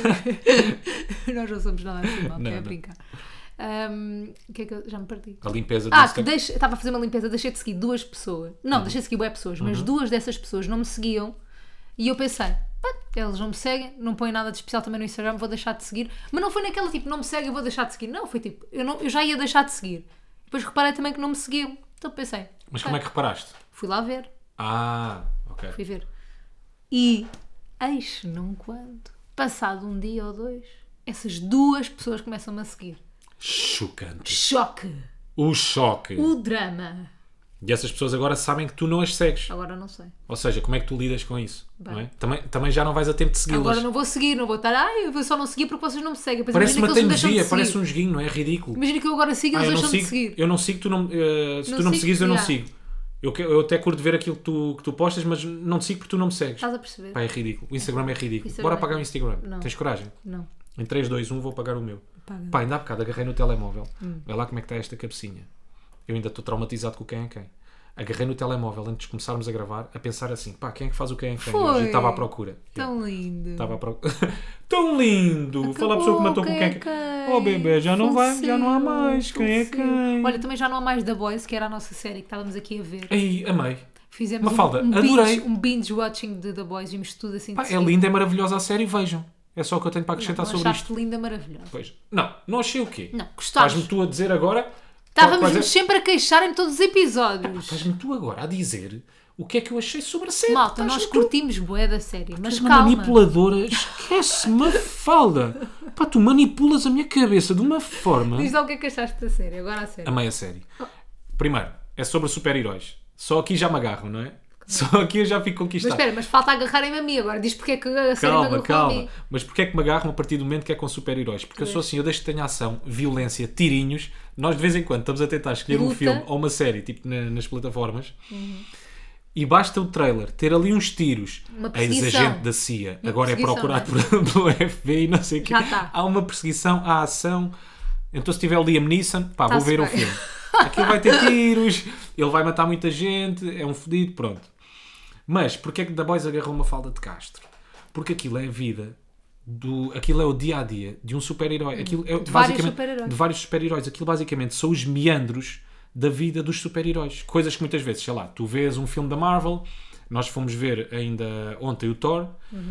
que- Nós não somos nada assim, mal, Não, é a não. brincar. Ahm, O que é que eu já me perdi? A limpeza do Ah, que Instagram. deixe, estava a fazer uma limpeza, deixei de seguir duas pessoas. Não, Uhum. deixei de seguir boas pessoas, mas duas dessas pessoas não me seguiam e eu pensei, "Ah, eles não me seguem, não põem nada de especial também no Instagram, vou deixar de seguir. Mas não foi naquela tipo, não me segue, eu vou deixar de seguir. Não, foi tipo, eu, não, eu já ia deixar de seguir. Depois reparei também que não me seguiam. Então pensei, Mas "Ok." como é que reparaste? Fui lá ver, Ah, ok. fui ver. E, eis não quando, passado um dia ou dois, essas duas pessoas começam-me a seguir. Chocante. Choque! O choque. O drama! E essas pessoas agora sabem que tu não as segues. Agora não sei. Ou seja, como é que tu lidas com isso? Bem. Não é? também, também já não vais a tempo de segui-las. Agora não vou seguir, não vou estar. Ai, eu vou só não seguir porque vocês não me seguem. Depois Parece imagina uma que eles me deixam de teimosia, seguir. parece um joguinho, não é? Ridículo. Imagina que eu agora sigo e Ah, eles eu não deixam de sigo, seguir. eu não sigo, tu não, eh, se Não tu não me sigo, seguires, eu não já. sigo. Eu, que- eu até curto ver aquilo que tu, que tu postas, mas não te sigo porque tu não me segues. Estás a perceber? Pá, é ridículo. O Instagram é ridículo. Instagram Bora é apagar o Instagram. Não. Tens coragem? Não. Em três, dois, um vou apagar o meu. Apaga. Pá, ainda há bocado agarrei no telemóvel. Hum. Vê lá como é que está esta cabecinha. Eu ainda estou traumatizado com o quem é quem. Agarrei no telemóvel antes de começarmos a gravar, a pensar assim, pá, quem é que faz o quem é quem? Foi. Hoje estava à procura. Tão lindo. Estava à procura. Tão lindo! Fala a pessoa que matou com Acabou, quem é quem. Oh bebê, já não vai, já não há mais. Quem é faleceu. quem? Olha, também já não há mais The Boys, que era a nossa série que estávamos aqui a ver. Ei, amei. Fizemos Mafalda, um, um, adorei. binge, um binge watching de The Boys, vimos tudo assim de Pá, é seguida. linda, é maravilhosa a série, vejam. É só o que eu tenho para Não, acrescentar não sobre achaste isto. linda, maravilhosa. Pois. Não, não achei o quê? Não, gostaste. Estás-me tu a dizer agora... Estávamos Quais é- sempre a queixar em todos os episódios. Estás-me tu agora a dizer o que é que eu achei sobre a série. Malta, Estás-me nós tu- curtimos bué da série, mas És uma calma. manipuladora, esquece-me a falda. Pá, tu manipulas a minha cabeça de uma forma. Diz lá o que é que achaste da série, agora a série. Amei a série. Primeiro, é sobre super-heróis. Só aqui já me agarram, não é? Só aqui eu já fico Mas conquistado. espera, mas falta agarrarem-me a mim agora. Diz porque é que a série me Calma, agarrou a calma. mim. Mas porquê é que me agarram a partir do momento que é com super-heróis? Porque eu sou assim, eu deixo que tenha ação, violência, tirinhos. Nós de vez em quando estamos a tentar escolher um Luta. filme ou uma série, tipo na- nas plataformas, e basta o trailer ter ali uns tiros. Uma perseguição. Ex-agente da C I A, Uma agora é perseguição, procurado por- pelo F B I, não sei o quê. Já tá. Há uma perseguição, há ação. Então se tiver o Liam Neeson, pá, vou Tá-se ver o bem. filme. Aquilo vai ter tiros, ele vai matar muita gente, é um fodido, pronto. Mas porquê é que The Boys agarrou uma falda de Castro? Porque aquilo é a vida, do, aquilo é o dia-a-dia de um super-herói. Aquilo é, De vários basicamente, super-heróis. de vários super-heróis. Aquilo basicamente são os meandros da vida dos super-heróis. Coisas que muitas vezes, sei lá, tu vês um filme da Marvel, nós fomos ver ainda ontem o Thor,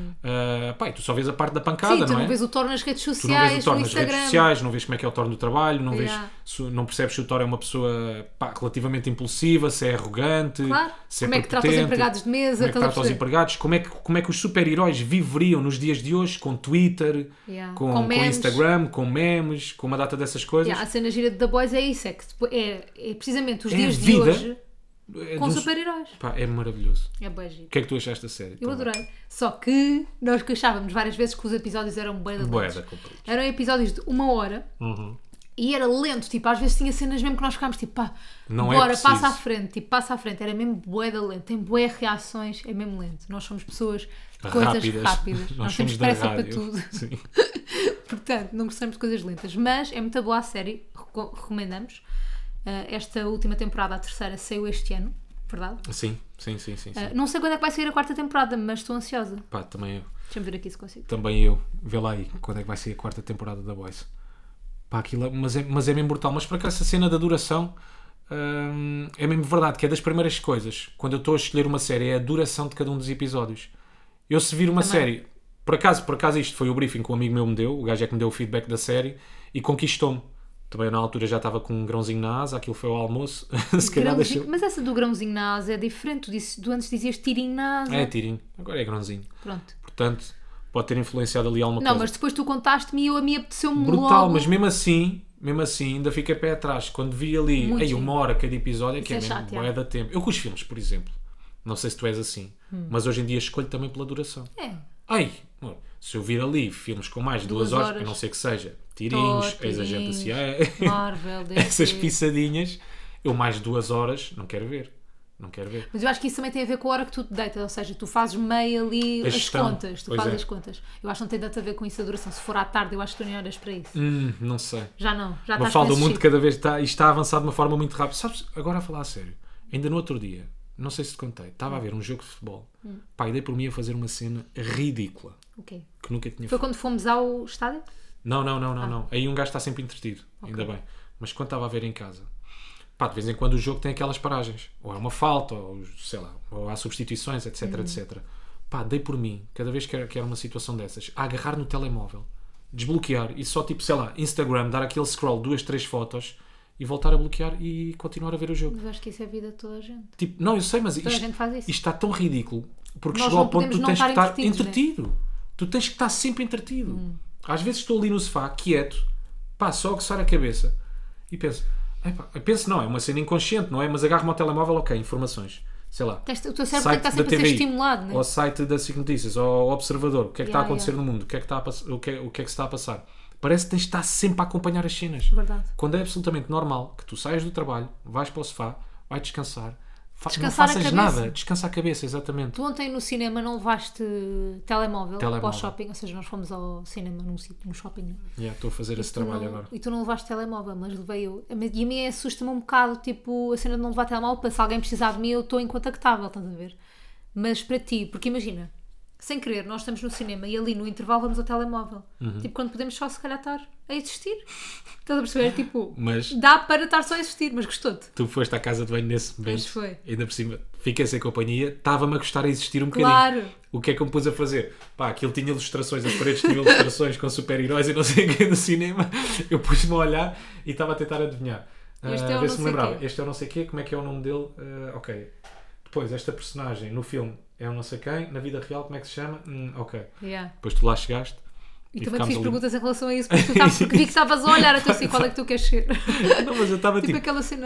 ah, pá, e tu só vês a parte da pancada, Sim, tu não não é? vês o Thor nas redes Tu não sociais, vês o Thor no nas redes Instagram. sociais, não vês como é que é o Thor no trabalho, não, vês, Yeah. se- não percebes se o Thor é uma pessoa pá, relativamente impulsiva, se é arrogante, Claro. se é Como é que trata os prepotente, empregados de mesa, como é que estás a trata os perceber? empregados, como é, que, como é que os super-heróis viveriam nos dias de hoje com Twitter, Yeah. com, Com com memes. Instagram, com memes, com uma data dessas coisas. Yeah, a cena gira de The Boys é isso, é que depois- é, é precisamente os É a dias de vida hoje É com de um- super-heróis. Pá, é maravilhoso. É bem giro. O que é que tu achaste da série? Eu adorei. Só que nós queixávamos várias vezes que os episódios eram bué de Boeda, lentos. compridos. Eram episódios de uma hora Uhum. e era lento. Tipo, às vezes tinha cenas mesmo que nós ficámos tipo, pá, Não é bora, preciso. passa à frente. Tipo, passa à frente. Era mesmo bué de lento. Tem bué reações, é mesmo lento. Nós somos pessoas de coisas Rápidas. rápidas. Nós, Nós temos somos da pressa para rádio. tudo. Sim. Portanto, não gostamos de coisas lentas. Mas é muito boa a série. Reco- Recomendamos. Uh, esta última temporada, a terceira, saiu este ano. Verdade? sim, sim, sim, sim, sim. Uh, não sei quando é que vai sair a quarta temporada, mas estou ansiosa. Pá, também eu. Deixa-me ver aqui se consigo. Também eu. Vê lá aí quando é que vai ser a quarta temporada da Boys. Pá, aquilo é, mas, é, mas é mesmo brutal. Mas por acaso essa cena da duração hum, é mesmo verdade, que é das primeiras coisas. Quando eu estou a escolher uma série, é a duração de cada um dos episódios. Eu se vir uma Também. série, por acaso, por acaso isto foi o briefing que um amigo meu me deu, o gajo é que me deu o feedback da série e conquistou-me. Também eu, na altura já estava com um grãozinho na asa, aquilo foi ao almoço. Se calhar Grãozinho- deixou. Mas essa do grãozinho na asa é diferente. Tu, disse, tu antes dizias tirinho na asa. É tirinho, agora é grãozinho. Pronto. Portanto, pode ter influenciado ali alguma Não, coisa. mas depois tu contaste-me e eu a mim apeteceu-me Brutal, logo. mas mesmo assim, mesmo assim, ainda fica pé atrás. Quando vi ali, Muito ei, giro. uma hora cada episódio, é que é, Isso é mesmo chato, bué é. da tempo. Eu com os filmes, por exemplo, não sei se tu és assim, mas hoje em dia escolho também pela duração. É. Ai, amor, se eu vir ali filmes com mais de duas, Duas horas, horas. a não ser que seja tirinhos, Thor, ex-agente da tirinhos, C I A, Marvel, D C. essas pisadinhas, eu mais de duas horas não quero ver. Não quero ver. Mas eu acho que isso também tem a ver com a hora que tu te deitas, ou seja, tu fazes meio ali A as gestão. contas, tu Pois fazes é. as contas. Eu acho que não tem tanto a ver com isso a duração. Se for à tarde, eu acho que tu nem olhas para isso. Hum, não sei. Já não, já Uma estás falda com esse muito chip. cada vez está, isto está a avançar de uma forma muito rápida. Sabes, agora a falar a sério, ainda no outro dia, não sei se te contei, estava a ver um jogo de futebol. Hum. Pá, e dei por mim a fazer uma cena ridícula Ok. que nunca tinha Foi feito. quando fomos ao estádio? Não, não, Ah. não, não, não. Aí um gajo está sempre entretido, ainda bem. Mas quando estava a ver em casa, pá, de vez em quando o jogo tem aquelas paragens. Ou é uma falta, ou sei lá, ou há substituições, etc, Uhum. etcétera. Pá, dei por mim, cada vez que era, que era uma situação dessas, a agarrar no telemóvel, desbloquear e só tipo, sei lá, Instagram, dar aquele scroll, duas, três fotos e voltar a bloquear e continuar a ver o jogo. Mas acho que isso é a vida de toda a gente. Tipo, não, eu sei, mas Toda a isto, gente faz isto isso. está tão ridículo porque Nós chegou não ao ponto que podemos tu não tens que estar estar entretidos, né? entretido. Tu tens que estar sempre entretido. Hum. Às vezes estou ali no sofá, quieto, pá, só a coçar a cabeça e penso, epá, eu penso não, é uma cena inconsciente, não é? Mas agarro-me ao telemóvel, ok, informações, sei lá. Tens- O teu cérebro Site está da sempre a ser T V I, estimulado, não é? ao site da SIC Notícias, ao Observador, o que é que está a Yeah, acontecer yeah. no mundo, o que é que, está a pass- o que é, o que é que se está a passar. Parece que tens de estar sempre a acompanhar as cenas. Verdade. Quando é absolutamente normal que tu saias do trabalho, vais para o sofá, vais descansar, fa- Descansar a não faças cabeça. nada, descansa a cabeça, exatamente. Tu ontem no cinema não levaste telemóvel, para Telemóvel. o shopping, ou seja, nós fomos ao cinema num sítio, no shopping. Yeah, estou a fazer esse Tu trabalho não- agora. E tu não levaste telemóvel, mas levei eu. E a mim assusta-me um bocado, tipo, a cena de não levar telemóvel, para se alguém precisar de mim, eu estou incontactável, estás a ver? Mas para ti, porque imagina, sem querer, nós estamos no cinema e ali no intervalo vamos ao telemóvel. Uhum. Tipo, quando podemos só se calhar estar a existir. Estás a perceber? Tipo, Mas dá para estar só a existir, mas gostou-te. tu foste à casa de banho nesse momento. Pois foi. Ainda por cima, fiquei sem companhia, estava-me a gostar a existir um bocadinho. Claro. O que é que eu me pus a fazer? Pá, aquilo tinha ilustrações, as paredes tinham ilustrações com super-heróis e não sei o que no cinema. Eu pus-me a olhar e estava a tentar adivinhar. Este Ah, é o ver não se me sei lembrava. quê. Este é o não sei quê, como é que é o nome dele? Ah, ok. Depois, esta personagem no filme é o não sei quem, na vida real, como é que se chama? Hum, ok. Yeah. Depois tu lá chegaste. E, também te ficámos fiz ali- perguntas em relação a isso, porque, tu estavas- porque vi que estavas a olhar, então assim, qual é que tu queres ser? Não, mas eu estava Tipo tipo. aquela cena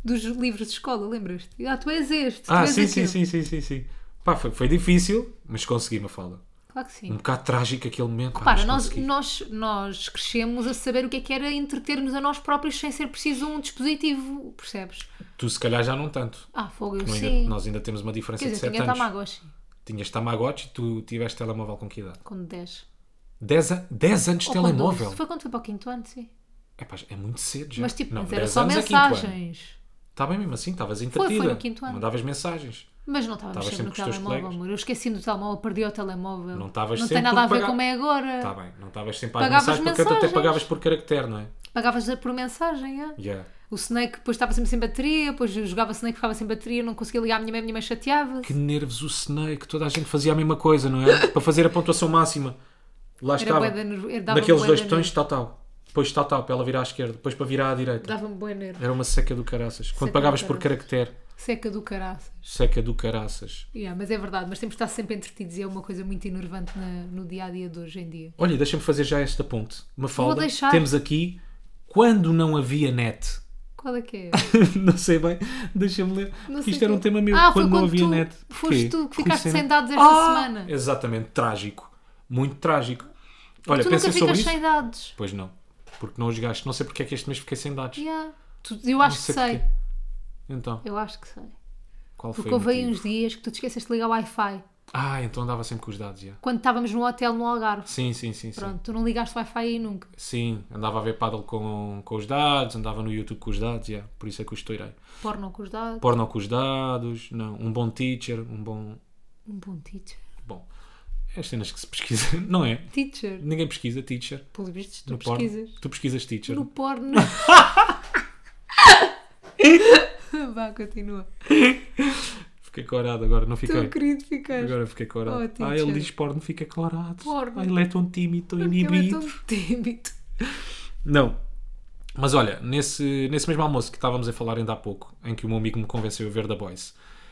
dos livros de escola, lembras-te? Ah, tu és este, tu Ah, és sim, sim, aquele. sim, sim, sim, sim. Pá, foi, foi difícil, mas consegui, Mafalda. Claro que sim. Um bocado trágico aquele momento. pá, Para, mas nós, consegui. nós, nós crescemos a saber o que é que era entreter-nos a nós próprios sem ser preciso um dispositivo, percebes? Tu se calhar já não tanto. Ah, fogo, eu Não ainda- sim. nós ainda temos uma diferença Quer de dizer, sete tinha anos. Tamagotchi Tinhas Tamagotchi, tu tiveste telemóvel com que idade? com dez. dez, a- dez anos de Ou com telemóvel? doze. Foi quando foi para o quinto ano, sim. Epá, é muito cedo já. Mas tipo, não, mas era dez só anos é quinto ano. mensagens. Está bem mesmo assim, estavas foi entretida. no quinto ano. Mandavas mensagens. Mas não estávamos Estavas sempre no sempre com os teus telemóvel, colegas. amor. Eu esqueci-me do telemóvel, perdi o telemóvel. Não estavas Não sempre tem nada a porque ver paga- como é agora. Está bem, não estavas sempre a Pagavas mensagem porque tu até mensagens. pagavas por caractere, não é? Pagavas por mensagem, é? Yeah. O Snake depois estava sempre sem bateria, depois eu jogava Snake, ficava sem bateria, não conseguia ligar a minha mãe, a minha mãe chateava-se. Que nervos o Snake, toda a gente fazia a mesma coisa, não é? Para fazer a pontuação máxima. Lá Era estava. bué de nervo- era- dava-me Naqueles bué dois de botões, nervo. tal, tal. Depois tal, tal, para ela virar à esquerda. Depois para virar à direita. Dava-me bué nervo. Era uma seca do caraças. Quando Seca pagavas do por caraças. caractere. Seca do caraças. Seca do caraças. Yeah, mas é verdade, mas temos de estar sempre entretidos e é uma coisa muito enervante na- no dia a dia de hoje em dia. Olha, deixa-me fazer já esta ponte. Mafalda, Vou deixar. temos aqui quando não havia net. Qual é que é? Não sei bem, deixa-me ler. Não Porque sei isto era um quê. tema meu. Ah, foi quando não quando havia tu- net. foste Quê? tu que Fui ficaste net. sem dados esta Ah, semana. Exatamente, trágico. Muito trágico. Olha, tu nunca pensem sobre ficas isso. sem dados. Pois não, porque não os gasto. Não sei porque é que este mês fiquei sem dados. Yeah. Tu- eu acho Não que sei sei. porquê. Então, Eu acho que sei. qual Porque foi o houve aí motivo? uns dias que tu te esqueceste de ligar o Wi-Fi. Ah, então andava sempre com os dados, já. Quando estávamos no hotel no Algarve. Sim, sim, sim, sim. Pronto, tu não ligaste o Wi-Fi aí nunca. Sim, andava a ver paddle com, com os dados, andava no YouTube com os dados, já. Por isso é que o estourei. Porno com os dados. Porno com os dados, não, um bom teacher, um bom... Um bom teacher. Bom, é as cenas que se pesquisa, não é? Teacher. Ninguém pesquisa teacher. Pelos vistos, tu No porno. pesquisas. Tu pesquisas teacher. No porno. Vá, continua. Fiquei corado agora, não fiquei. Tão querido ficaste. Agora fiquei corado. Oh, ah, teacher. ele diz porno, fica corado. Porno. Ah, ele é tão tímido, tão Porque ele é inibido. tão tímido. Não. Mas olha, nesse, nesse mesmo almoço que estávamos a falar ainda há pouco, em que o meu amigo me convenceu a ver The Boys,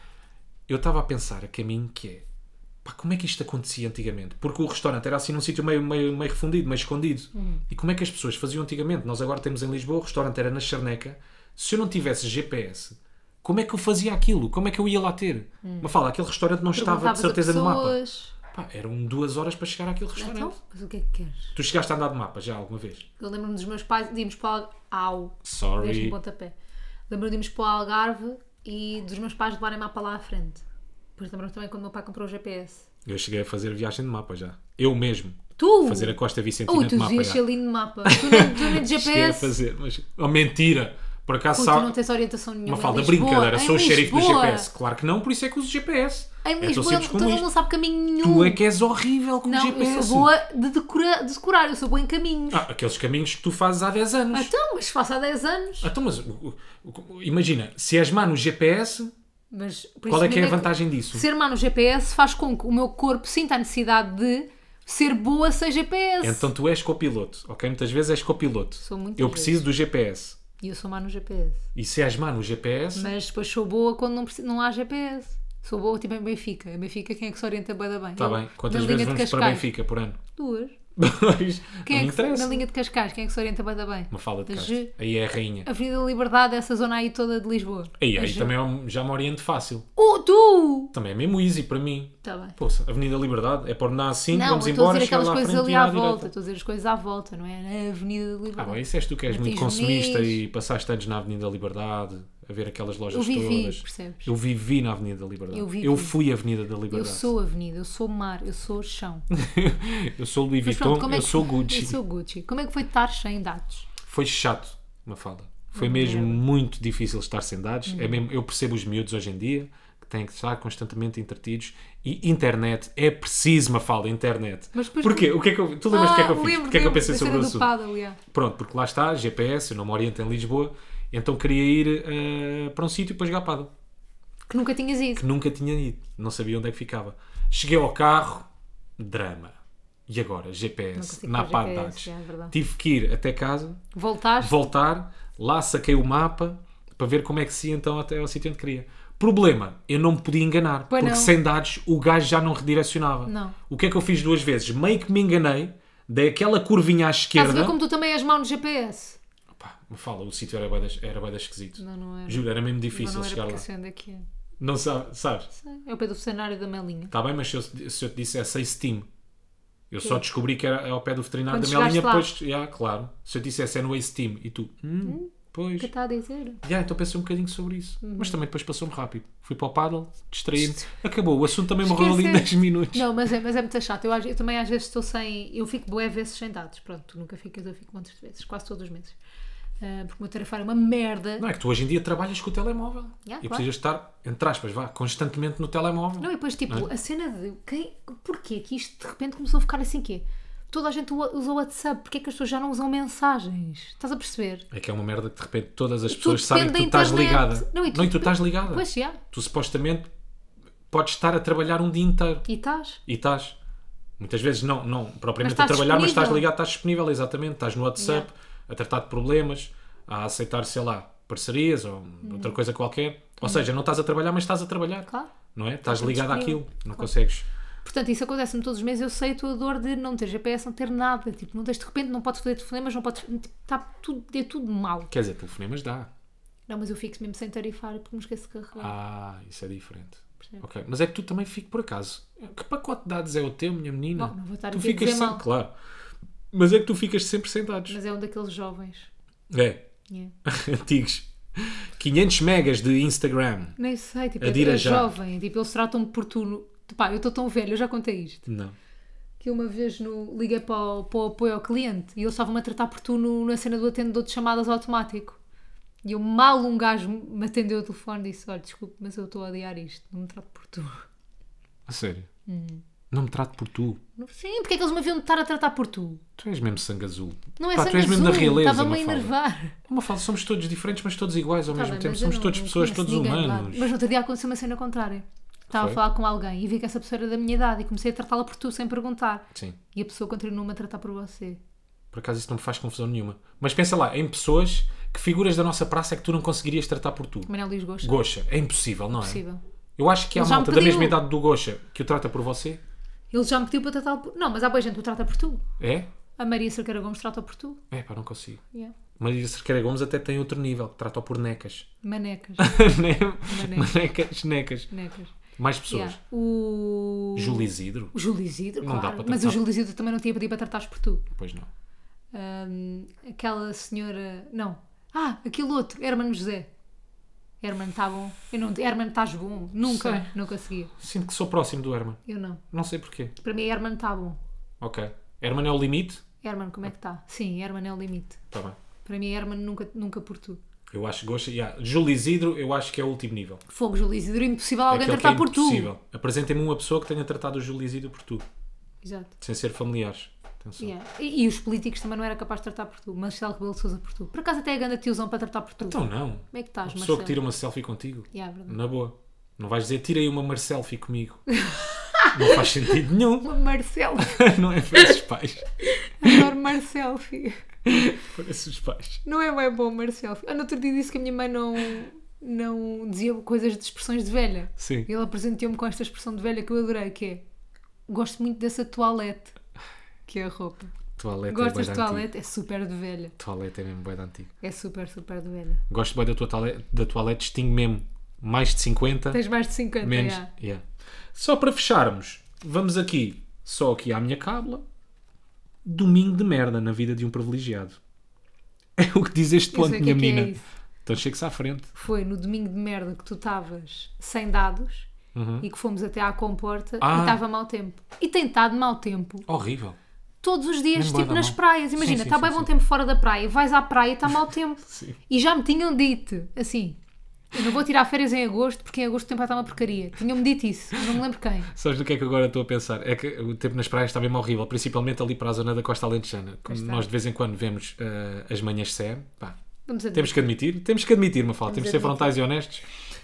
eu estava a pensar a caminho que é, pá, como é que isto acontecia antigamente? Porque o restaurante era assim num sítio meio, meio, meio refundido, meio escondido. E como é que as pessoas faziam antigamente? Nós agora temos em Lisboa, o restaurante era na Charneca. Se eu não tivesse G P S, como é que eu fazia aquilo? Como é que eu ia lá ter? Mas fala, aquele restaurante não estava de Perguntavas a certeza no mapa. pessoas. Pá, eram duas horas para chegar àquele restaurante. Então, mas o que é que queres? Tu chegaste a andar de mapa já alguma vez? Eu lembro-me dos meus pais, de irmos para o Algarve. Au! Sorry. Deste-me um pontapé. Lembro-me de irmos para o Algarve e dos meus pais levarem mapa lá à frente. Depois lembro-me também quando o meu pai comprou o G P S. Eu cheguei a fazer viagem de mapa já. Eu mesmo. Tu! Fazer a Costa Vicentina Ui, de tu mapa. devias já. ser lindo no mapa. Tu nem, tu nem de G P Cheguei a S. fazer, mas... Oh, mentira! Por acaso Pô, tu sabe... não tens orientação nenhuma. Uma falda Em Lisboa, brincadeira, em sou o xerife do G Lisboa. P S. Claro que não, por isso é que uso G P S. Em É tão Lisboa, simples todo como mundo isto. não sabe caminho nenhum. Tu é que és horrível com o Não, G P S. eu sou boa de, decora, de decorar, eu sou boa em caminhos. Ah, aqueles caminhos que tu fazes há dez anos. Então, mas faço há dez anos. Ah, então, mas o- o- o- imagina, se és má no G P S, Mas, por qual isso é que é a mesmo vantagem disso? Ser má no G P S faz com que o meu corpo sinta a necessidade de ser boa sem G P S. Então tu és copiloto, ok? Muitas vezes és copiloto. Sou muitas Eu preciso do G P S. E eu sou má no G P S. E se és má no G P S, Mas depois sou boa quando não, preciso, não há G P S. Sou boa tipo em Benfica. Em Benfica quem é que se orienta bem da bem? está Eu, bem. Quantas na vezes linha de vamos para Cascais. Benfica por ano? Duas. Pois, Quem não é me que se- interessa. na linha de Cascais, quem é que se orienta bem da bem? Uma fala de A Castro. G- Aí é a rainha. Avenida da Liberdade, essa zona aí toda de Lisboa. Aí, A aí G- também é- já me oriento fácil. Oh, tu! Também é mesmo easy para mim. Tá bem. Poxa, Avenida Liberdade, é por andar assim, Não, vamos eu estou a embora, dizer chegar aquelas lá à coisas frente ali e à à volta. direita. Estou a dizer as coisas à volta, não é? Na Avenida da Ah, Liberdade. bom, isso és tu que és muito Martins consumista Muniz. e passaste anos na Avenida Liberdade, a ver aquelas lojas Eu vivi, todas. percebes? Eu vivi na Avenida da Liberdade. Eu vivi. fui a Avenida da Eu Liberdade. sou avenida, eu sou mar, eu sou chão. eu sou Louis Mas Vuitton, pronto, como é eu que- sou Gucci. Eu sou Gucci. Como é que foi estar sem dados? Foi chato, Mafalda. Foi Hum, mesmo merda. muito difícil estar sem dados. Hum. É mesmo, eu percebo os miúdos hoje em dia que têm que estar constantemente entretidos. E internet, é preciso, Mafalda, internet. Mas depois- Porquê? O que é que eu, tu lembras o que é que eu Ah, fiz? lembro, O que é que eu lembro, pensei da sobre o cena do assunto? paddle, yeah. Pronto, porque lá está, G P S, eu não me oriento em Lisboa, então queria ir eh, para um sítio para jogar paddle, Que nunca tinhas ido. que nunca tinha ido, não sabia onde é que ficava. Cheguei ao carro, drama. E agora, G P Não S, consigo na pôr pá de G P S, dados. já, é verdade. Tive que ir até casa, Voltaste? voltar, lá saquei o mapa para ver como é que se ia então até ao sítio onde queria. Problema, eu não me podia enganar, Pois porque não. sem dados o gajo já não redirecionava. Não. O que é que eu fiz duas vezes? Meio que me enganei, dei aquela curvinha à Estás a ver esquerda. como tu também és mau no G P S? Pá, Me fala, o sítio era bué da- era bué da esquisito. Não, não era. Juro, era mesmo Não, difícil não era chegar porque lá. sei onde é que é. Não sabe, sabes? Sei, é o pé do cenário da Melinha. Está bem, mas se eu, se eu te dissesse a Steam, eu só descobri que era ao pé do veterinário Quando da minha linha chegaste depois. Já, claro. Se eu te dissesse é no Steam e tu, hum, pois. O que está a dizer? Já, então pensei um bocadinho sobre isso. Uhum. Mas também depois passou-me rápido. Fui para o paddle, distraí-me. Acabou, o assunto também morreu ali em Esquece. dez minutos. Não, mas é, mas é muito chato. Eu, às- eu também às vezes estou sem. Eu fico bué vezes sem dados. Pronto, tu nunca ficas, eu fico montes de vezes, quase todos os meses. Ah, porque o meu tarefário é uma merda. Não é que tu hoje em dia trabalhas com o telemóvel. Já, e claro. precisas estar, entre aspas, vá, constantemente no telemóvel. Não, e depois, tipo, Não é? a cena de. Quem, porquê que isto de repente começou a ficar assim? Quê? Toda a gente u- usa o WhatsApp, porquê que as pessoas já não usam mensagens? Estás a perceber? É que é uma merda que de repente todas as Tudo pessoas sabem que tu depende da estás internet. ligada. Não, e tu- tu estás ligada. Pois já. Tu supostamente podes estar a trabalhar um dia inteiro. E estás? E estás. Muitas vezes não, não propriamente Mas a estás trabalhar, mas estás disponível. ligado, estás disponível, exatamente. Estás no WhatsApp, Yeah. a tratar de problemas, a aceitar, sei lá, parcerias ou outra coisa qualquer. Ou seja, não estás a trabalhar, mas estás a trabalhar. Claro. Não é? Estás sempre ligado disponível. àquilo. Não consegues. Portanto, isso acontece-me todos os meses. Eu sei a tua dor de não ter G P S, não ter nada. Tipo, não tens de repente, não podes fazer telefonemas, não podes. Tipo, está tudo, é tudo mal. Quer dizer, telefonemas dá. Não, mas eu fico mesmo sem tarifário porque me esqueço de carregar. Ah, isso é diferente. Percebe? Ok. Mas é que tu também fico por acaso. Que pacote de dados é o teu, minha menina? Bom, não vou estar tu aqui a ficas dizer sempre, mal. claro. Mas é que tu ficas sempre sem dados. Mas é um daqueles jovens. É. Yeah. Antigos. quinhentos megas de Instagram. Nem sei, tipo, Adira é, é já. jovem. Tipo, eles tratam-me por tu. Pá, eu estou tão velho, eu já contei isto. Não. Que eu uma vez no, liguei para o, para o apoio ao cliente e eles estavam-me a tratar por tu no- na cena do atendedor de chamadas automático. E eu mal um gajo me atendeu o telefone e disse: olha, desculpe, mas eu estou a odiar isto, não me trato por tu. A sério? Hum. Não me trato por tu. Sim, porque é que eles me haviam de estar a tratar por tu? Tu és mesmo sangue azul. Não é Pá, sangue tu és mesmo da azul, realeza, estava-me a Mafalda. enervar. Uma fala, somos todos diferentes, mas todos iguais ao Tá mesmo bem, tempo. mas Somos eu todos não pessoas, conheço todos ninguém de lado. humanos. Mas no outro dia aconteceu uma cena contrária. Estava Foi? a falar com alguém e vi que essa pessoa era da minha idade e comecei a tratá-la por tu sem perguntar. Sim. E a pessoa continuou-me a tratar por você. Por acaso isso não me faz confusão nenhuma. Mas pensa lá, em pessoas, que figuras da nossa praça é que tu não conseguirias tratar por tu? Manel Luís Gosta. Goxa, é impossível, não é? Possível. Eu acho que há Ele já me malta da pediu. mesma idade do Goxa que o trata por você. Ele já me pediu para tratá-lo por... Não, mas há boa gente que o trata por tu. É? A Maria Cerqueira Gomes trata por tu. É pá, não consigo. Yeah. Maria Cerqueira Gomes até tem outro nível, que trata por necas. Manecas. Né? Manecas. Manecas, necas. Manecas. Mais pessoas. Yeah. O... Júlio Isidro? O Júlio Isidro, Não dá claro. para Mas o tratar. Júlio Isidro também não tinha pedido para tratares por tu. Pois não. Ahm, aquela senhora... Não. Ah, aquele outro. Hermano José. Hermano, está bom. Eu não... Hermano, estás bom. Nunca. Sei. Não conseguia. Sinto que sou próximo do Herman. Eu não. Não sei porquê. Para mim, Hermano está bom. Ok. Herman é o limite? Hermano, como é que está? Sim, Hermano é o limite. Está bem. Para mim, Hermano nunca, nunca por tu. Eu acho que gosto. Yeah. Júlio Isidro, eu acho que é o último nível. Fogo, Júlio Isidro. Impossível alguém Aquele que tratar é por tu. impossível. Apresentem-me uma pessoa que tenha tratado o Júlio Isidro por tu. Exato. Sem ser familiares. Atenção. Yeah. E, e os políticos também não era capaz de tratar por tu. Marcelo Rebelo de Sousa por tu. Por acaso até a ganda tiozão para tratar por tu. Então não. Como é que estás, A pessoa Marcelo? que tira uma selfie contigo. Yeah, verdade. Na boa. Não vais dizer, tirei uma Marcelfie comigo. Não faz sentido nenhum. Uma Marcelo. Não é para esses pais. Adoro Marcelo, filho. Para esses pais. Não é bem bom Marcelo. Ah, no outro dia disse que a minha mãe não, não dizia coisas de expressões de velha. Sim. E ela presenteou-me com esta expressão de velha que eu adorei, que é: gosto muito dessa toalete. Que é a roupa. Toalete Gosto é bué desta de antigo. toalete? É super de velha. Toalete é mesmo bué de antigo. É super, super de velha. Gosto bem da tua toalete, da toalete, distingue mesmo mais de cinquenta. Tens mais de cinquenta, menos. já. Yeah. Só para fecharmos, vamos aqui, só aqui à minha cábula. Domingo de merda na vida de um privilegiado. É o que diz este Eu ponto, sei o que minha é que é menina. isso. Então chega-se à frente. Foi no domingo de merda que tu estavas sem dados e que fomos até à comporta Ah. e estava mau tempo. E tem estado mau tempo Horrível. todos os dias, Mesmo bué tipo da nas mal. praias. Sim, Imagina, sim, está sim, bem bom sim. tempo fora da praia, vais à praia e está mau tempo. Sim. E já me tinham dito, assim, eu não vou tirar férias em agosto porque em agosto o tempo vai estar uma porcaria. Tinham-me dito isso, não me lembro quem. Sabes do que é que agora estou a pensar? É que o tempo nas praias está mesmo horrível, principalmente ali para a zona da Costa Alentejana. Como está. nós de vez em quando vemos eh, as manhãs C M, pá, Vamos a temos que admitir, temos que admitir, Mafalda, Vamos temos de ser admitir. frontais e honestos.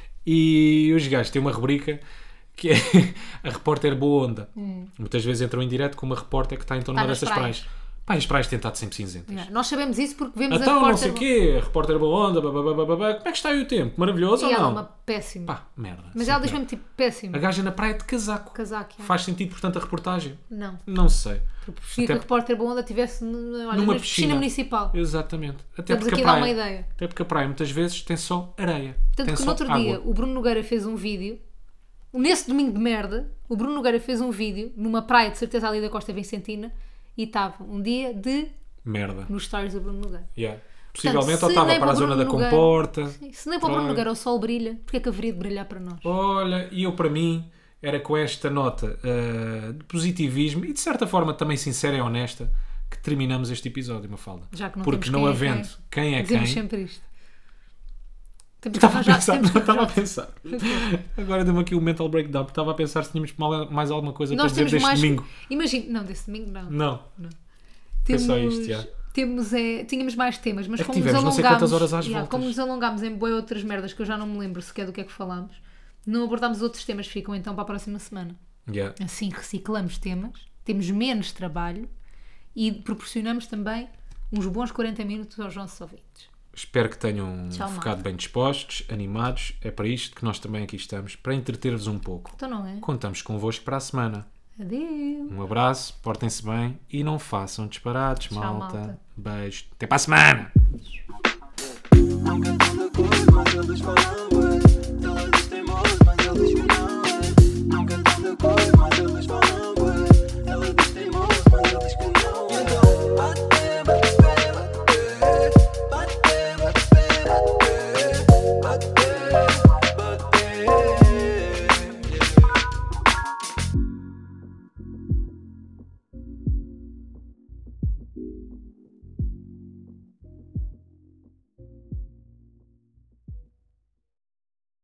E os gajos têm uma rubrica que é a repórter boa onda. Muitas vezes entram em direto com uma repórter que está então numa Hum. nas dessas praias. praias. Pá, as praias têm estado sempre cinzentas. Yeah. Nós sabemos isso porque vemos Então, a não sei repórter. o quê, a repórter boa onda, bababababá. Como é que está aí o tempo? Maravilhoso E ou ela é não? uma péssima. Pá, merda. Mas sempre ela diz merda. mesmo tipo péssima. A gaja na praia de casaco. Casaco. yeah. Faz sentido, portanto, a reportagem? Não. Não sei. Preferia Até- que a repórter boa onda estivesse n- olha, Numa na piscina. municipal. Exatamente. Até Estamos porque aqui a a dar praia, uma ideia. Até porque a praia muitas vezes tem só areia. Tanto tem que só no outro água. dia o Bruno Nogueira fez um vídeo. Nesse domingo de merda, o Bruno Nogueira fez um vídeo numa praia de certeza ali da Costa Vicentina e estava um dia de. Merda. nos stories do Bruno Nogueira. Yeah. Possivelmente se ou estava nem para a para o zona da Bruno Nogueira- comporta. Sim, se nem para o Bruno Praia. Nogueira o sol brilha, porque é que haveria de brilhar para nós? Olha, e eu para mim era com esta nota ah, de positivismo e de certa forma também sincera e honesta que terminamos este episódio, Mafalda. Já que não Porque temos não quem é havendo quem é Dizemos quem. sempre isto. Temos que Estava a arranjar- pensar, temos que não, estava a arranjar- pensar. Agora deu-me aqui o mental breakdown, porque estava a pensar se tínhamos mal- mais alguma coisa Nós para dizer temos deste mais. domingo. Imagina, não, desse domingo não. Não. Foi Temos, só isto, já. temos é, tínhamos mais temas, mas É que como nos tivemos não sei alongámos, quantas horas às yeah, voltas. como nos alongámos em boas outras merdas que eu já não me lembro sequer do que é que falámos, não abordámos outros temas, ficam então para a próxima semana. Yeah. Assim reciclamos temas, temos menos trabalho e proporcionamos também uns bons quarenta minutos aos nossos ouvintes. Espero que tenham Tchau, ficado malta. bem dispostos, animados. É para isto que nós também aqui estamos, para entreter-vos um pouco. Então não é? Contamos convosco para a semana. Adeus! Um abraço, portem-se bem e não façam disparates, Tchau, malta. malta. Beijo. Até para a semana! Nunca tão de acordo, mas eles falam bué.